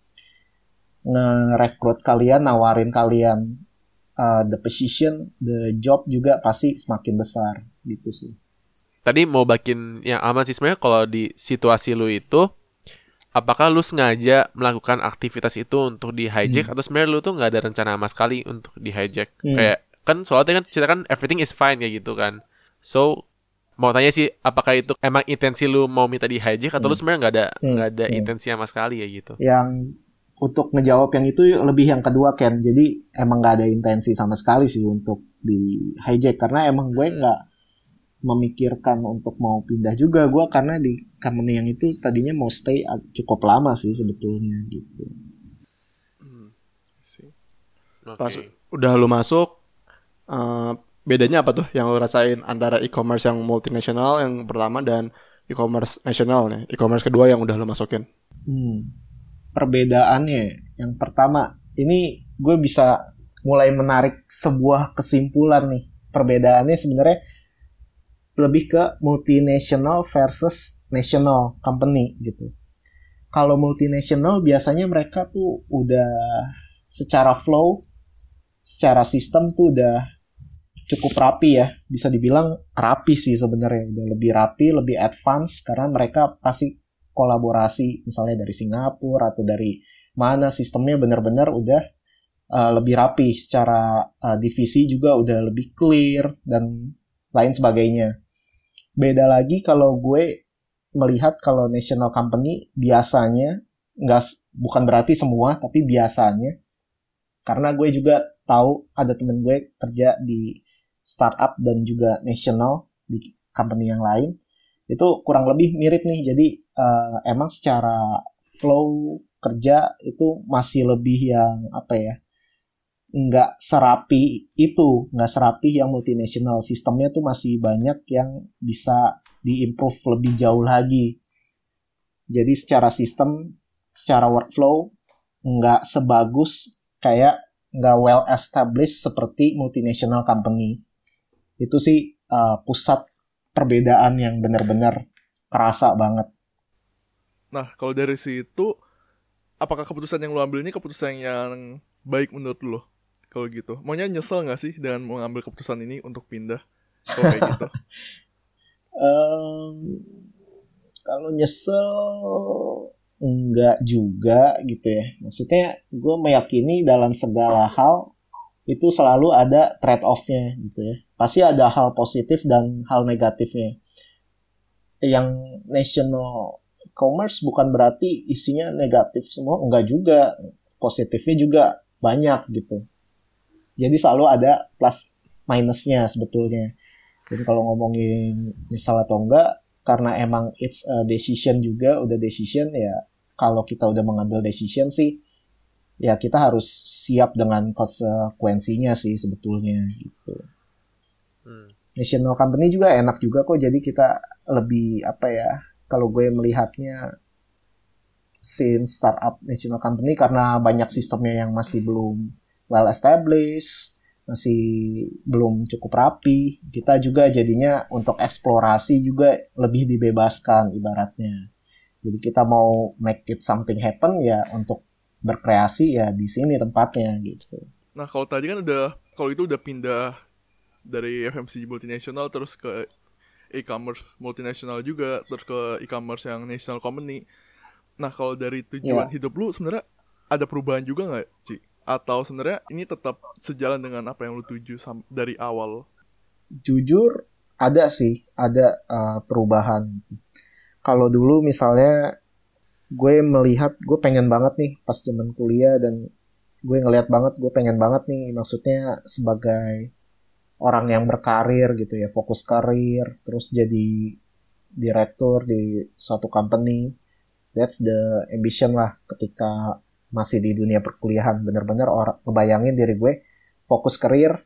ngerekrut kalian, nawarin kalian uh, the position, the job juga pasti semakin besar gitu sih. Tadi mau bakin yang aman sih sebenarnya. Kalau di situasi lu itu, apakah lu sengaja melakukan aktivitas itu untuk di hijack, hmm. atau sebenarnya lu tuh nggak ada rencana sama sekali untuk di hijack? Hmm. Kayak kan soalnya kan cerita kan everything is fine kayak gitu kan. So mau tanya sih, apakah itu emang intensi lu mau minta di hijack, atau hmm. lu sebenarnya nggak ada nggak hmm. ada hmm. intensi sama sekali ya gitu? Yang untuk ngejawab yang itu lebih yang kedua Ken. Jadi emang nggak ada intensi sama sekali sih untuk di hijack, karena emang gue nggak memikirkan untuk mau pindah juga gue, karena di company yang itu tadinya mau stay cukup lama sih sebetulnya gitu. Hmm, sih. Oke. Pas udah lu masuk, uh, bedanya apa tuh yang lu rasain antara e-commerce yang multinasional yang pertama dan e-commerce nasional nih, e-commerce kedua yang udah lu masukin? Hmm. Perbedaannya, yang pertama, ini gue bisa mulai menarik sebuah kesimpulan nih. Perbedaannya sebenarnya lebih ke multinational versus national company gitu. Kalau multinational biasanya mereka tuh udah secara flow, secara sistem tuh udah cukup rapi ya. Bisa dibilang rapi sih sebenarnya. Udah lebih rapi, lebih advance karena mereka pasti kolaborasi misalnya dari Singapura atau dari mana, sistemnya benar-benar udah uh, lebih rapi. Secara uh, divisi juga udah lebih clear dan lain sebagainya. Beda lagi kalau gue melihat kalau national company biasanya, nggak, bukan berarti semua, tapi biasanya, karena gue juga tahu ada temen gue kerja di startup dan juga national di company yang lain, itu kurang lebih mirip nih. Jadi uh, emang secara flow kerja itu masih lebih yang apa ya, nggak serapi itu, nggak serapi yang multinational. Sistemnya tuh masih banyak yang bisa diimprove lebih jauh lagi. Jadi secara sistem, secara workflow nggak sebagus kayak, nggak well established seperti multinational company. Itu sih uh, pusat perbedaan yang benar-benar kerasa banget. Nah, kalau dari situ, apakah keputusan yang lo ambil ini keputusan yang baik menurut lo? Kalau gitu, maunya nyesel nggak sih dengan mengambil keputusan ini untuk pindah? Kalau kayak gitu. um, kalau nyesel enggak juga gitu ya. Maksudnya gue meyakini dalam segala hal itu selalu ada trade-off-nya gitu ya. Pasti ada hal positif dan hal negatifnya. Yang national commerce bukan berarti isinya negatif semua, enggak juga. Positifnya juga banyak gitu. Jadi selalu ada plus minusnya sebetulnya. Jadi kalau ngomongin nyesal atau enggak, karena emang it's a decision juga, udah decision ya. Kalau kita udah mengambil decision sih, ya kita harus siap dengan konsekuensinya sih sebetulnya gitu. Hmm. National company juga enak juga kok, jadi kita lebih apa ya, kalau gue melihatnya scene startup national company karena banyak sistemnya yang masih belum well established, masih belum cukup rapi, kita juga jadinya untuk eksplorasi juga lebih dibebaskan ibaratnya. Jadi kita mau make it something happen ya, untuk berkreasi ya di sini tempatnya gitu. Nah, kalau tadi kan udah, kalau itu udah pindah dari F M C G multinasional terus ke e-commerce multinasional juga, terus ke e-commerce yang national company. Nah, kalau dari tujuan yeah. hidup lu sebenarnya ada perubahan juga nggak, Ci? Atau sebenarnya ini tetap sejalan dengan apa yang lu tuju sam- dari awal? Jujur ada sih, ada uh, perubahan. Kalau dulu misalnya gue melihat, gue pengen banget nih pas zaman kuliah, dan gue ngelihat banget, gue pengen banget nih, maksudnya sebagai orang yang berkarir gitu ya, fokus karir, terus jadi direktur di suatu company. That's the ambition lah ketika masih di dunia perkuliahan. Bener-bener orang ngebayangin diri gue fokus karir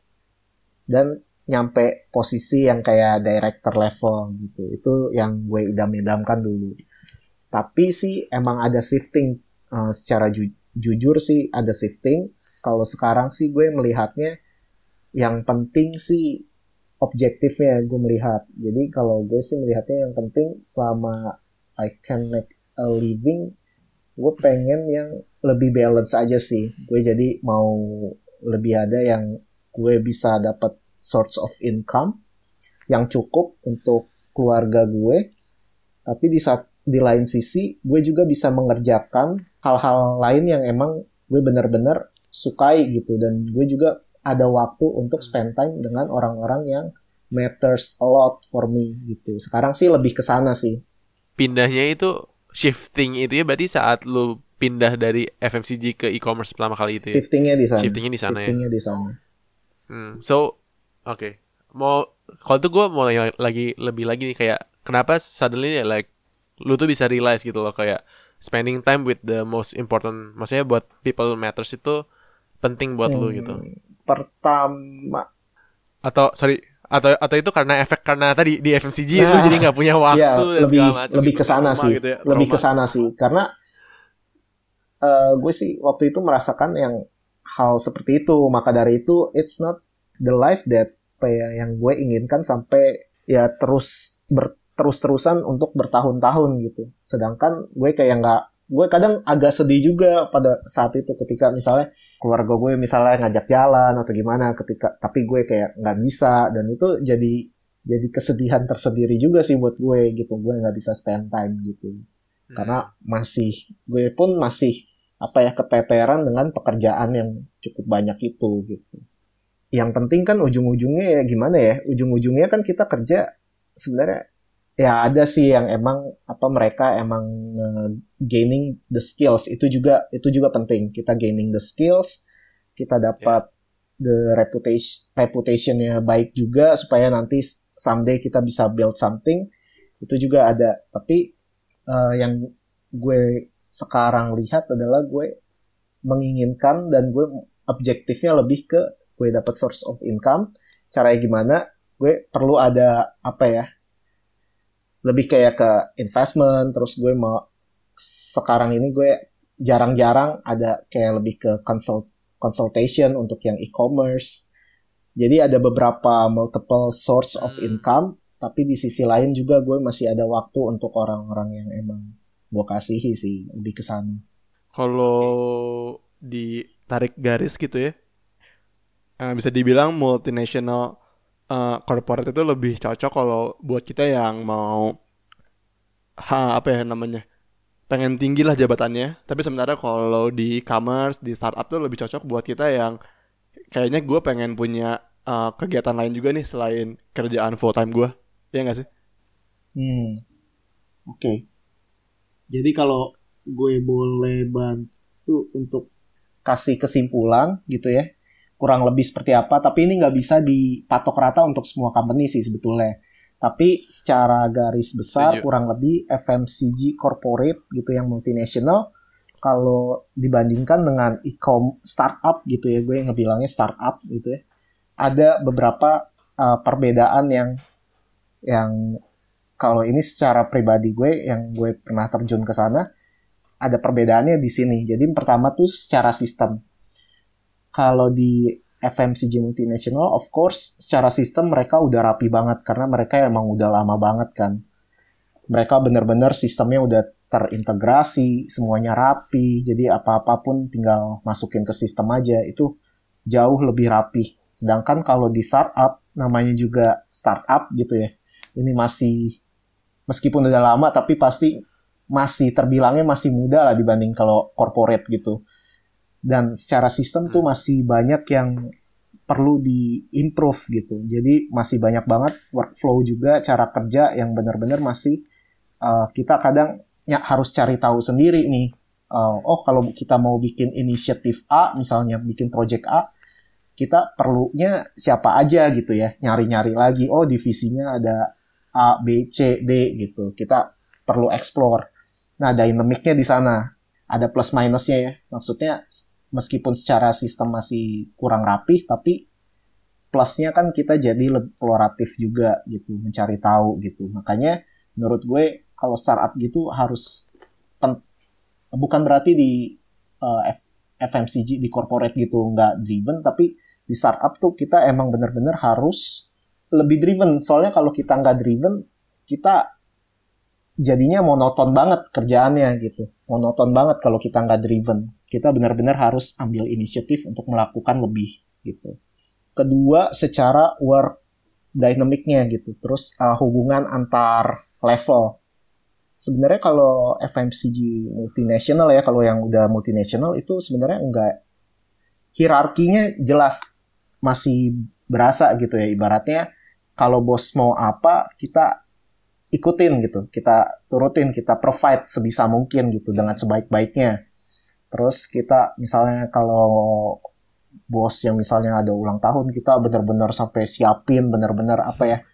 dan nyampe posisi yang kayak director level gitu. Itu yang gue idam-idamkan dulu. Tapi sih emang ada shifting, uh, secara ju- jujur sih ada shifting. Kalau sekarang sih gue melihatnya yang penting sih objektifnya gue melihat. Jadi kalau gue sih melihatnya yang penting selama I can make a living, gue pengen yang lebih balance aja sih. Gue jadi mau lebih ada yang gue bisa dapat source of income yang cukup untuk keluarga gue. Tapi di saat di lain sisi gue juga bisa mengerjakan hal-hal lain yang emang gue benar-benar sukai gitu, dan gue juga ada waktu untuk spend time dengan orang-orang yang matters a lot for me gitu. Sekarang sih lebih ke sana sih. Pindahnya itu shifting itu ya berarti saat lu pindah dari F M C G ke e-commerce pertama kali itu ya. Shiftingnya di sana. Shiftingnya di sana Shiftingnya ya. di sana. Hmm, so oke. Okay. Mau kalau tuh gue mau lagi lebih lagi nih kayak kenapa suddenly like lu tuh bisa realize gitu loh, kayak spending time with the most important, maksudnya buat people matters itu penting buat lu Hmm, gitu? Pertama, Atau sorry, atau atau itu karena efek karena tadi di F M C G lu nah, jadi nggak punya waktu ya dan lebih segala macam lebih gitu. ke sana Trauma sih, gitu ya, lebih ke trauma. sana sih, karena eh, gue sih waktu itu merasakan yang hal seperti itu, maka dari itu it's not the life that apa ya, yang gue inginkan sampai ya terus ber, terus-terusan untuk bertahun-tahun gitu. Sedangkan gue kayak nggak, gue kadang agak sedih juga pada saat itu ketika misalnya keluarga gue misalnya ngajak jalan atau gimana ketika, tapi gue kayak nggak bisa, dan itu jadi jadi kesedihan tersendiri juga sih buat gue gitu, gue nggak bisa spend time gitu karena masih, gue pun masih apa ya, keteteran dengan pekerjaan yang cukup banyak itu gitu. Yang penting kan ujung-ujungnya ya gimana ya, ujung-ujungnya kan kita kerja sebenarnya ya ada sih yang emang apa, mereka emang uh, gaining the skills, itu juga itu juga penting, kita gaining the skills, kita dapat the reputation reputationnya baik juga supaya nanti someday kita bisa build something, itu juga ada. Tapi uh, yang gue sekarang lihat adalah gue menginginkan dan gue objektifnya lebih ke gue dapat source of income, caranya gimana, gue perlu ada apa ya, lebih kayak ke investment. Terus gue mau sekarang ini gue jarang-jarang ada kayak lebih ke consult consultation untuk yang e-commerce. Jadi ada beberapa multiple source of income, tapi di sisi lain juga gue masih ada waktu untuk orang-orang yang emang gue kasihi sih, lebih ke sana. Kalau ditarik garis gitu ya, eh, bisa dibilang multinational eh, corporate itu lebih cocok kalau buat kita yang mau ha apa ya namanya, pengen tinggi lah jabatannya. Tapi sementara kalau di e-commerce, di startup tuh lebih cocok buat kita yang kayaknya gue pengen punya eh, kegiatan lain juga nih selain kerjaan full time gue. Iya nggak sih? Hmm, oke. Okay. Jadi kalau gue boleh bantu untuk kasih kesimpulan gitu ya, kurang lebih seperti apa, tapi ini nggak bisa dipatok rata untuk semua company sih sebetulnya. Tapi secara garis besar Setuju. kurang lebih F M C G corporate gitu yang multinational, kalau dibandingkan dengan e-com startup gitu ya, gue ngebilangnya startup gitu ya, ada beberapa uh, perbedaan yang yang kalau ini secara pribadi gue yang gue pernah terjun ke sana, ada perbedaannya di sini. Jadi pertama tuh secara sistem. Kalau di F M C G multinational, of course, secara sistem mereka udah rapi banget karena mereka emang udah lama banget kan. Mereka benar-benar sistemnya udah terintegrasi, semuanya rapi. Jadi apa-apa pun tinggal masukin ke sistem aja. Itu jauh lebih rapi. Sedangkan kalau di startup, namanya juga startup gitu ya, ini masih, meskipun udah lama tapi pasti masih terbilangnya masih muda lah dibanding kalau corporate gitu. Dan secara sistem tuh masih banyak yang perlu di-improve gitu. Jadi masih banyak banget workflow juga, cara kerja yang benar-benar masih uh, kita kadang ya, harus cari tahu sendiri nih. Uh, oh kalau kita mau bikin inisiatif A, misalnya bikin project A, kita perlunya siapa aja gitu ya. Nyari-nyari lagi, oh divisinya ada A, B, C, D gitu. Kita perlu explore. Nah, dynamic-nya di sana. Ada plus minusnya ya. Maksudnya, meskipun secara sistem masih kurang rapih, tapi plusnya kan kita jadi lebih eksploratif juga gitu. Mencari tahu gitu. Makanya, menurut gue, kalau startup gitu harus, pen, bukan berarti di uh, F M C G, di corporate gitu, nggak driven, tapi di startup tuh kita emang benar-benar harus lebih driven. Soalnya kalau kita nggak driven, kita jadinya monoton banget kerjaannya gitu. Monoton banget kalau kita nggak driven. Kita benar-benar harus ambil inisiatif untuk melakukan lebih gitu. Kedua, secara work dynamic-nya gitu. Terus uh, hubungan antar level. Sebenarnya kalau F M C G multinational ya, kalau yang udah multinational itu sebenarnya enggak, hierarkinya jelas masih berasa gitu ya. Ibaratnya kalau bos mau apa, kita ikutin gitu, kita turutin, kita provide sebisa mungkin gitu dengan sebaik-baiknya. Terus kita misalnya kalau bos yang misalnya ada ulang tahun, kita benar-benar sampai siapin benar-benar apa ya,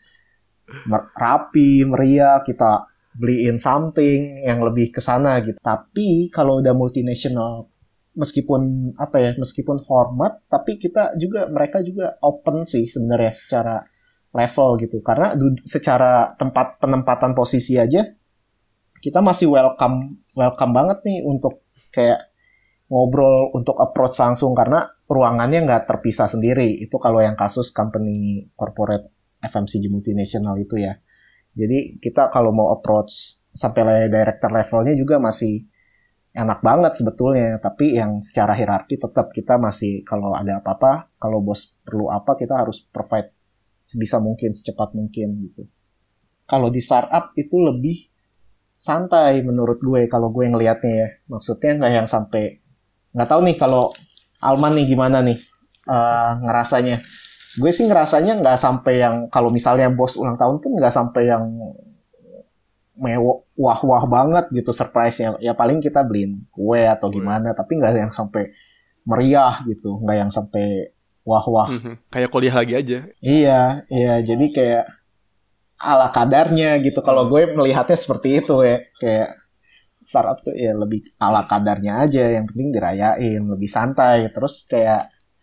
rapi, meriah, kita beliin something yang lebih ke sana gitu. Tapi kalau udah multinational meskipun apa ya, meskipun hormat, tapi kita juga mereka juga open sih sebenarnya secara level gitu. Karena du- secara tempat penempatan posisi aja kita masih welcome welcome banget nih untuk kayak ngobrol, untuk approach langsung karena ruangannya nggak terpisah sendiri. Itu kalau yang kasus company corporate F M C G multinational itu ya. Jadi kita kalau mau approach sampai director levelnya juga masih enak banget sebetulnya, tapi yang secara hierarki tetap kita masih kalau ada apa-apa, kalau bos perlu apa kita harus provide sebisa mungkin, secepat mungkin gitu. Kalau di startup itu lebih santai menurut gue kalau gue ngelihatnya ya. Maksudnya nggak yang sampai, nggak tahu nih kalau Alman nih gimana nih uh, ngerasanya. Gue sih ngerasanya nggak sampai yang kalau misalnya bos ulang tahun pun nggak sampai yang mewah wah-wah banget gitu surprise-nya. Ya paling kita beliin kue atau gimana, tapi nggak yang sampai meriah gitu, nggak yang sampai wah-wah. Mhm. Kayak kuliah lagi aja. Iya, iya. Jadi kayak ala kadarnya gitu. Kalau gue melihatnya seperti itu ya, kayak startup tuh ya lebih ala kadarnya aja. Yang penting dirayain, lebih santai. Terus kayak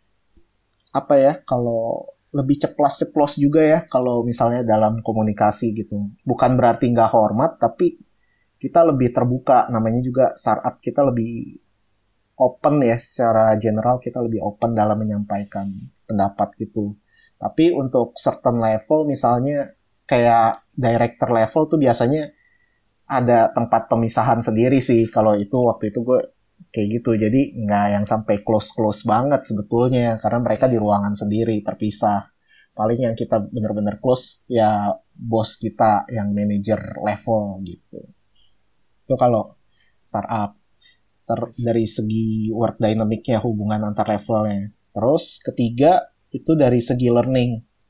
apa ya? Kalau lebih ceplas-ceplos juga ya kalau misalnya dalam komunikasi gitu. Bukan berarti nggak hormat, tapi kita lebih terbuka. Namanya juga startup, kita lebih open ya, secara general kita lebih open dalam menyampaikan pendapat gitu. Tapi untuk certain level misalnya kayak director level tuh biasanya ada tempat pemisahan sendiri sih. Kalau itu waktu itu gue kayak gitu, jadi nggak yang sampai close-close banget sebetulnya karena mereka di ruangan sendiri terpisah. Paling yang kita bener-bener close ya bos kita yang manager level gitu. Itu kalau startup. Ter- dari segi work dynamic-nya, hubungan antar levelnya. Terus ketiga itu dari segi learning.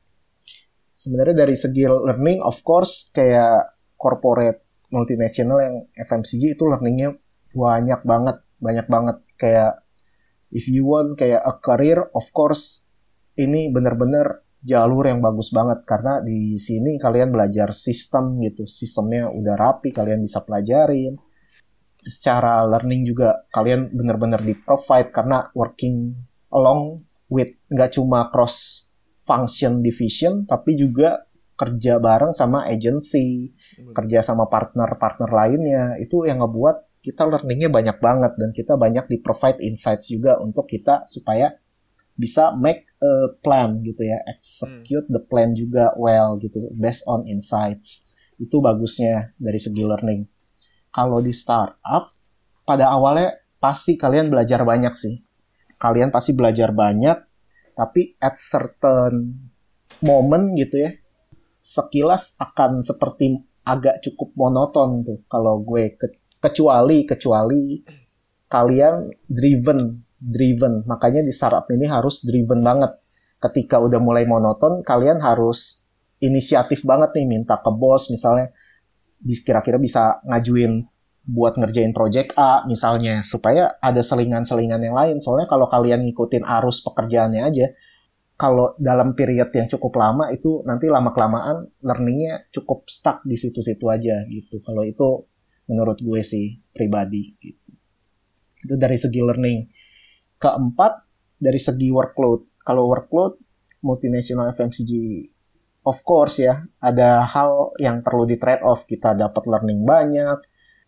Sebenarnya dari segi learning of course kayak corporate multinational yang F M C G itu learningnya banyak banget, banyak banget. Kayak if you want kayak a career, of course ini bener-bener jalur yang bagus banget karena di sini kalian belajar sistem gitu, sistemnya udah rapi, kalian bisa pelajarin. Secara learning juga kalian bener-bener di provide karena working along with nggak cuma cross function division tapi juga kerja bareng sama agency, kerja sama partner-partner lainnya. Itu yang ngebuat kita learningnya banyak banget dan kita banyak di provide insights juga untuk kita supaya bisa make a plan gitu ya, execute the plan juga well gitu based on insights. Itu bagusnya dari segi learning. Kalau di startup pada awalnya pasti kalian belajar banyak sih. Kalian pasti belajar banyak, tapi at certain moment gitu ya, sekilas akan seperti agak cukup monoton tuh kalau gue ke- kecuali kecuali kalian driven driven makanya di startup ini harus driven banget. Ketika udah mulai monoton kalian harus inisiatif banget nih, minta ke bos misalnya kira-kira bisa ngajuin buat ngerjain project A misalnya supaya ada selingan-selingan yang lain. Soalnya kalau kalian ngikutin arus pekerjaannya aja, kalau dalam period yang cukup lama itu nanti lama-kelamaan learningnya cukup stuck di situ-situ aja gitu. Kalau itu menurut gue sih pribadi gitu. Itu dari segi learning. Keempat, dari segi workload. Kalau workload multinational F M C G of course ya, ada hal yang perlu di trade off. Kita dapat learning banyak.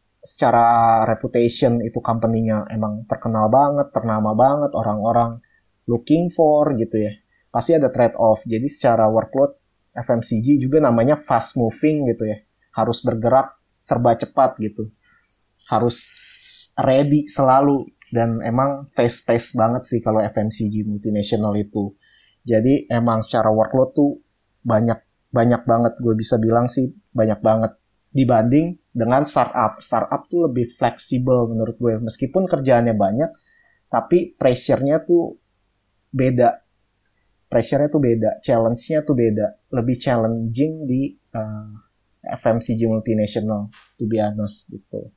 Secara reputation itu company-nya emang terkenal banget, ternama banget, orang-orang looking for gitu ya. Pasti ada trade off. Jadi secara workload F M C G juga namanya fast moving gitu ya. Harus bergerak serba cepat gitu. Harus ready selalu dan emang fast-paced banget sih kalau F M C G multinational itu. Jadi emang secara workload tuh banyak banyak banget, gue bisa bilang sih banyak banget dibanding dengan startup. Startup tuh lebih fleksibel menurut gue. Meskipun kerjaannya banyak, tapi pressure-nya tuh beda. Pressure-nya tuh beda. Challenge-nya tuh beda. Lebih challenging di uh, F M C G multinational, to be honest gitu.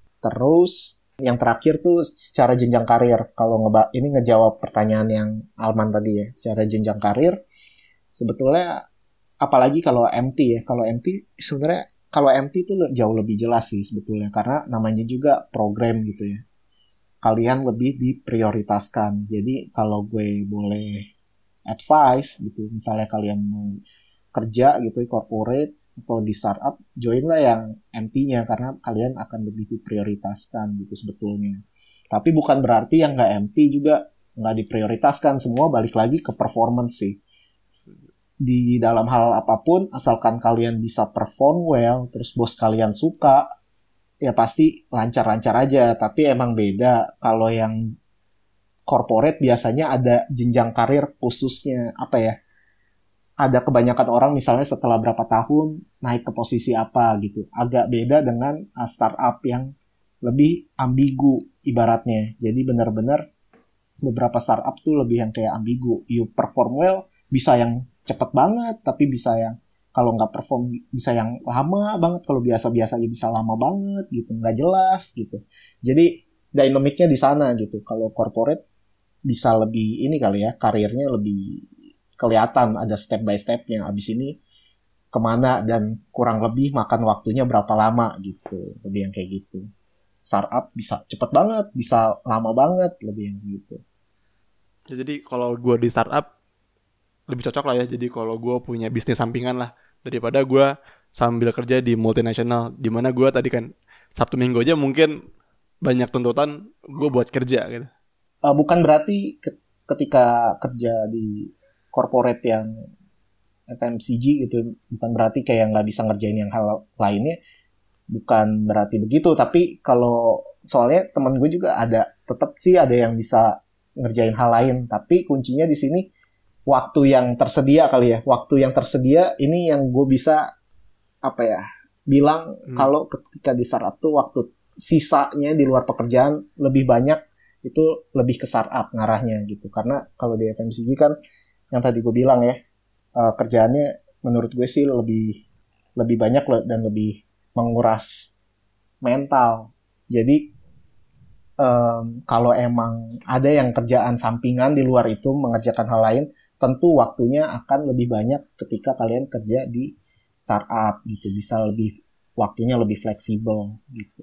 Terus yang terakhir tuh secara jenjang karir. Kalau ngeba- ini ngejawab pertanyaan yang Alman tadi ya. Secara jenjang karir, sebetulnya apalagi kalau M T ya. Kalau M T sebenarnya kalau M T itu jauh lebih jelas sih sebetulnya karena namanya juga program gitu ya. kalian lebih diprioritaskan. Jadi kalau gue boleh advice gitu, misalnya kalian mau kerja gitu di corporate atau di startup, join lah yang M T-nya karena kalian akan lebih diprioritaskan gitu sebetulnya. Tapi bukan berarti yang nggak M T juga nggak diprioritaskan, semua balik lagi ke performance sih. Di dalam hal apapun, asalkan kalian bisa perform well, terus bos kalian suka, ya pasti lancar-lancar aja. Tapi emang beda kalau yang corporate biasanya ada jenjang karir khususnya, apa ya, ada kebanyakan orang misalnya setelah berapa tahun naik ke posisi apa gitu. Agak beda dengan uh, startup yang lebih ambigu ibaratnya. Jadi benar-benar beberapa startup tuh lebih yang kayak ambigu. You perform well, bisa yang cepet banget, tapi bisa yang kalau nggak perform bisa yang lama banget, kalau biasa-biasa aja bisa lama banget gitu, nggak jelas gitu. Jadi dynamicnya di sana gitu. Kalau corporate bisa lebih ini kali ya, karirnya lebih kelihatan, ada step by stepnya. Abis ini kemana dan kurang lebih makan waktunya berapa lama gitu, lebih yang kayak gitu. Startup bisa cepet banget, bisa lama banget, lebih yang gitu. Ya, jadi kalau gue di startup lebih cocok lah ya. Jadi kalau gue punya bisnis sampingan lah daripada gue sambil kerja di multinasional, dimana gue tadi kan Sabtu Minggu aja mungkin banyak tuntutan gue buat kerja gitu. Uh, bukan berarti ketika kerja di corporate yang F M C G gitu, bukan berarti kayak nggak bisa ngerjain yang hal lainnya, bukan berarti begitu. Tapi kalau soalnya teman gue juga ada, tetap sih ada yang bisa ngerjain hal lain, tapi kuncinya di sini waktu yang tersedia kali ya. Waktu yang tersedia ini yang gue bisa apa ya bilang hmm. kalau ketika di startup tuh waktu sisanya di luar pekerjaan lebih banyak, itu lebih ke startup ngarahnya gitu. Karena kalau di F M C G kan yang tadi gue bilang ya, uh, kerjaannya menurut gue sih lebih lebih banyak dan lebih menguras mental. Jadi um, kalau emang ada yang kerjaan sampingan di luar itu mengerjakan hal lain, tentu waktunya akan lebih banyak ketika kalian kerja di startup gitu, bisa lebih waktunya lebih fleksibel gitu.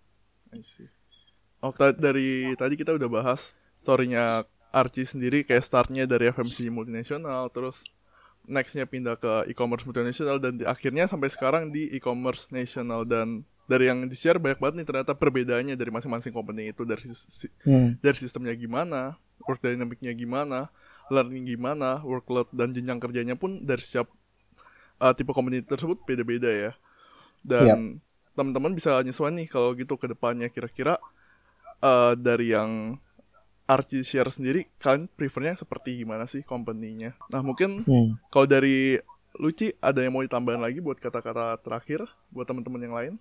I see. Oh, t- dari tadi kita udah bahas story-nya Archie sendiri, kayak startnya dari F M C G multinasional, terus next-nya pindah ke e-commerce multinasional, dan di, akhirnya sampai sekarang di e-commerce nasional. Dan dari yang di-share banyak banget nih ternyata perbedaannya dari masing-masing company itu, dari si- hmm. dari sistemnya gimana, work dynamic-nya gimana, learning gimana, workload dan jenjang kerjanya pun dari setiap uh, tipe company tersebut beda-beda ya. Dan yep. teman-teman bisa nyesuaiin nih kalau gitu ke depannya. Kira-kira uh, dari yang Archie share sendiri, kalian prefernya seperti gimana sih company-nya? Nah mungkin hmm. kalau dari Luci ada yang mau ditambahin lagi buat kata-kata terakhir buat teman-teman yang lain?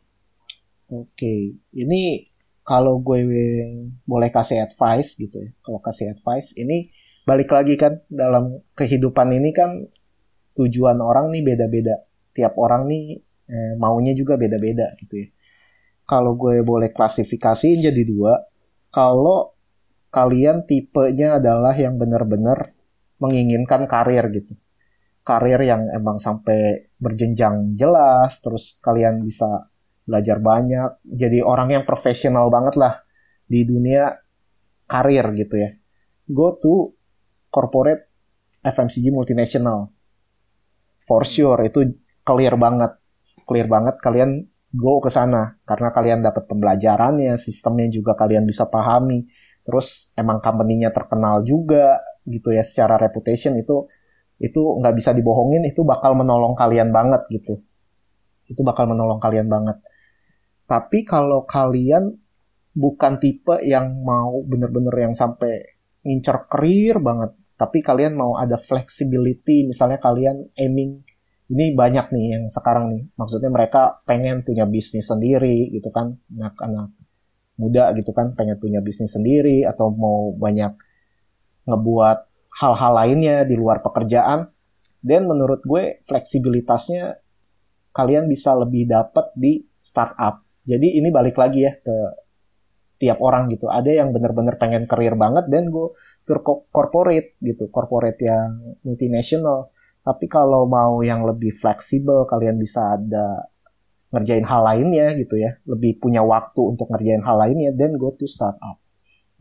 Oke, ini kalau gue boleh kasih advice gitu ya. Kalau kasih advice ini balik lagi kan, dalam kehidupan ini kan tujuan orang nih beda-beda. Tiap orang nih eh, maunya juga beda-beda gitu ya. Kalau gue boleh klasifikasiin jadi dua. Kalau kalian tipenya adalah yang benar-benar menginginkan karir gitu. Karir yang emang sampai berjenjang jelas, terus kalian bisa belajar banyak. Jadi orang yang profesional banget lah di dunia karir gitu ya. Go to corporate F M C G multinational. For sure itu clear banget. Clear banget kalian go ke sana karena kalian dapat pembelajarannya, sistemnya juga kalian bisa pahami. Terus emang company-nya terkenal juga gitu ya, secara reputation itu itu nggak bisa dibohongin, itu bakal menolong kalian banget gitu. Itu bakal menolong kalian banget. Tapi kalau kalian bukan tipe yang mau bener-bener yang sampai ngincer karir banget, tapi kalian mau ada flexibility, misalnya kalian aiming, ini banyak nih yang sekarang nih, maksudnya mereka pengen punya bisnis sendiri gitu kan, anak-anak muda gitu kan, pengen punya bisnis sendiri atau mau banyak ngebuat hal-hal lainnya di luar pekerjaan. Dan menurut gue fleksibilitasnya kalian bisa lebih dapat di startup. Jadi ini balik lagi ya ke tiap orang gitu. Ada yang benar-benar pengen karir banget dan gue ke corporate gitu, corporate yang multinational. Tapi kalau mau yang lebih fleksibel, kalian bisa ada ngerjain hal lainnya gitu ya, lebih punya waktu untuk ngerjain hal lainnya, then go to startup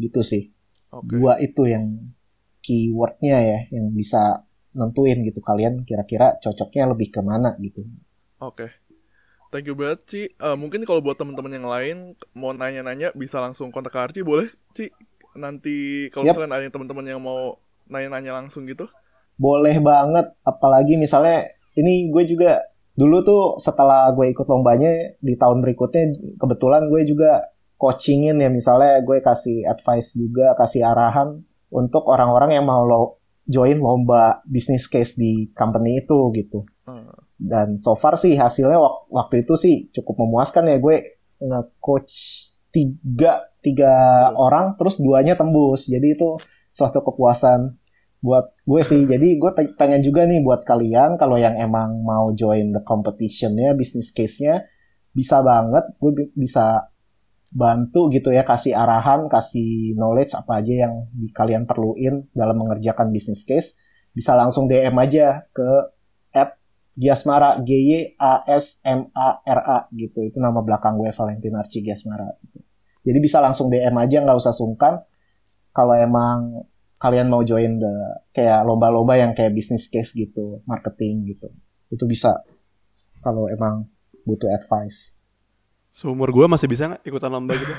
gitu sih. Oke. Dua itu yang keywordnya ya, yang bisa nentuin gitu kalian kira-kira cocoknya lebih kemana gitu. Oke. Thank you banget, Ci. Eh, mungkin kalau buat teman-teman yang lain mau nanya-nanya bisa langsung kontak ke Archie, boleh, Ci? Nanti kalau Yap. misalkan ada yang teman-teman yang mau nanya-nanya langsung gitu. Boleh banget, apalagi misalnya ini gue juga dulu tuh setelah gue ikut lombanya di tahun berikutnya kebetulan gue juga coachingin ya, misalnya gue kasih advice juga, kasih arahan untuk orang-orang yang mau lo join lomba business case di company itu gitu. Hmm. Dan so far sih hasilnya wak- waktu itu sih cukup memuaskan ya, gue nge-coach tiga, tiga Oh. orang terus duanya tembus. Jadi itu suatu kepuasan buat gue sih. Jadi gue pe- pengen juga nih buat kalian kalau yang emang mau join the competition-nya, business case-nya, bisa banget gue bi- bisa bantu gitu ya, kasih arahan, kasih knowledge apa aja yang di- kalian perluin dalam mengerjakan business case. Bisa langsung D M aja ke at Giasmara, G Y A S M A R A gitu. Itu nama belakang gue, Valentin Archie Giasmara gitu. Jadi bisa langsung D M aja, nggak usah sungkan. Kalau emang kalian mau join the kayak lomba-lomba yang kayak business case gitu, marketing gitu. Itu bisa kalau emang butuh advice. Seumur gue masih bisa nggak ikutan lomba gitu?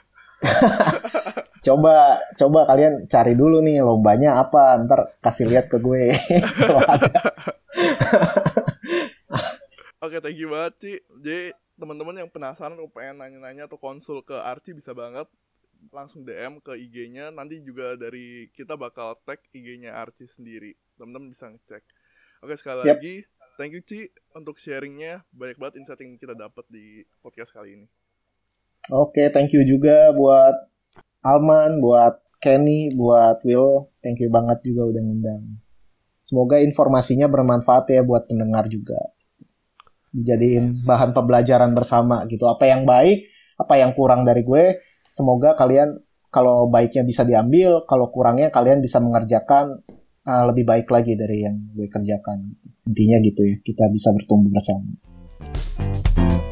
Coba, coba kalian cari dulu nih lombanya apa, ntar kasih lihat ke gue kalau ada. Oke, thank you banget, Ci. Jadi teman-teman yang penasaran atau pengen nanya-nanya atau konsul ke Archie bisa banget langsung D M ke I G-nya. Nanti juga dari kita bakal tag I G-nya Archie sendiri. Teman-teman bisa ngecek. Oke, sekali Yep. lagi thank you, Ci, untuk sharingnya. Banyak banget insight yang kita dapat di podcast kali ini. Oke, thank you juga buat Alman, buat Kenny, buat Will. Thank you banget juga udah ngundang. Semoga informasinya bermanfaat ya buat pendengar juga. Dijadiin bahan pembelajaran bersama gitu. Apa yang baik, apa yang kurang dari gue. Semoga kalian kalau baiknya bisa diambil, kalau kurangnya kalian bisa mengerjakan uh, lebih baik lagi dari yang gue kerjakan. Intinya gitu ya, kita bisa bertumbuh bersama.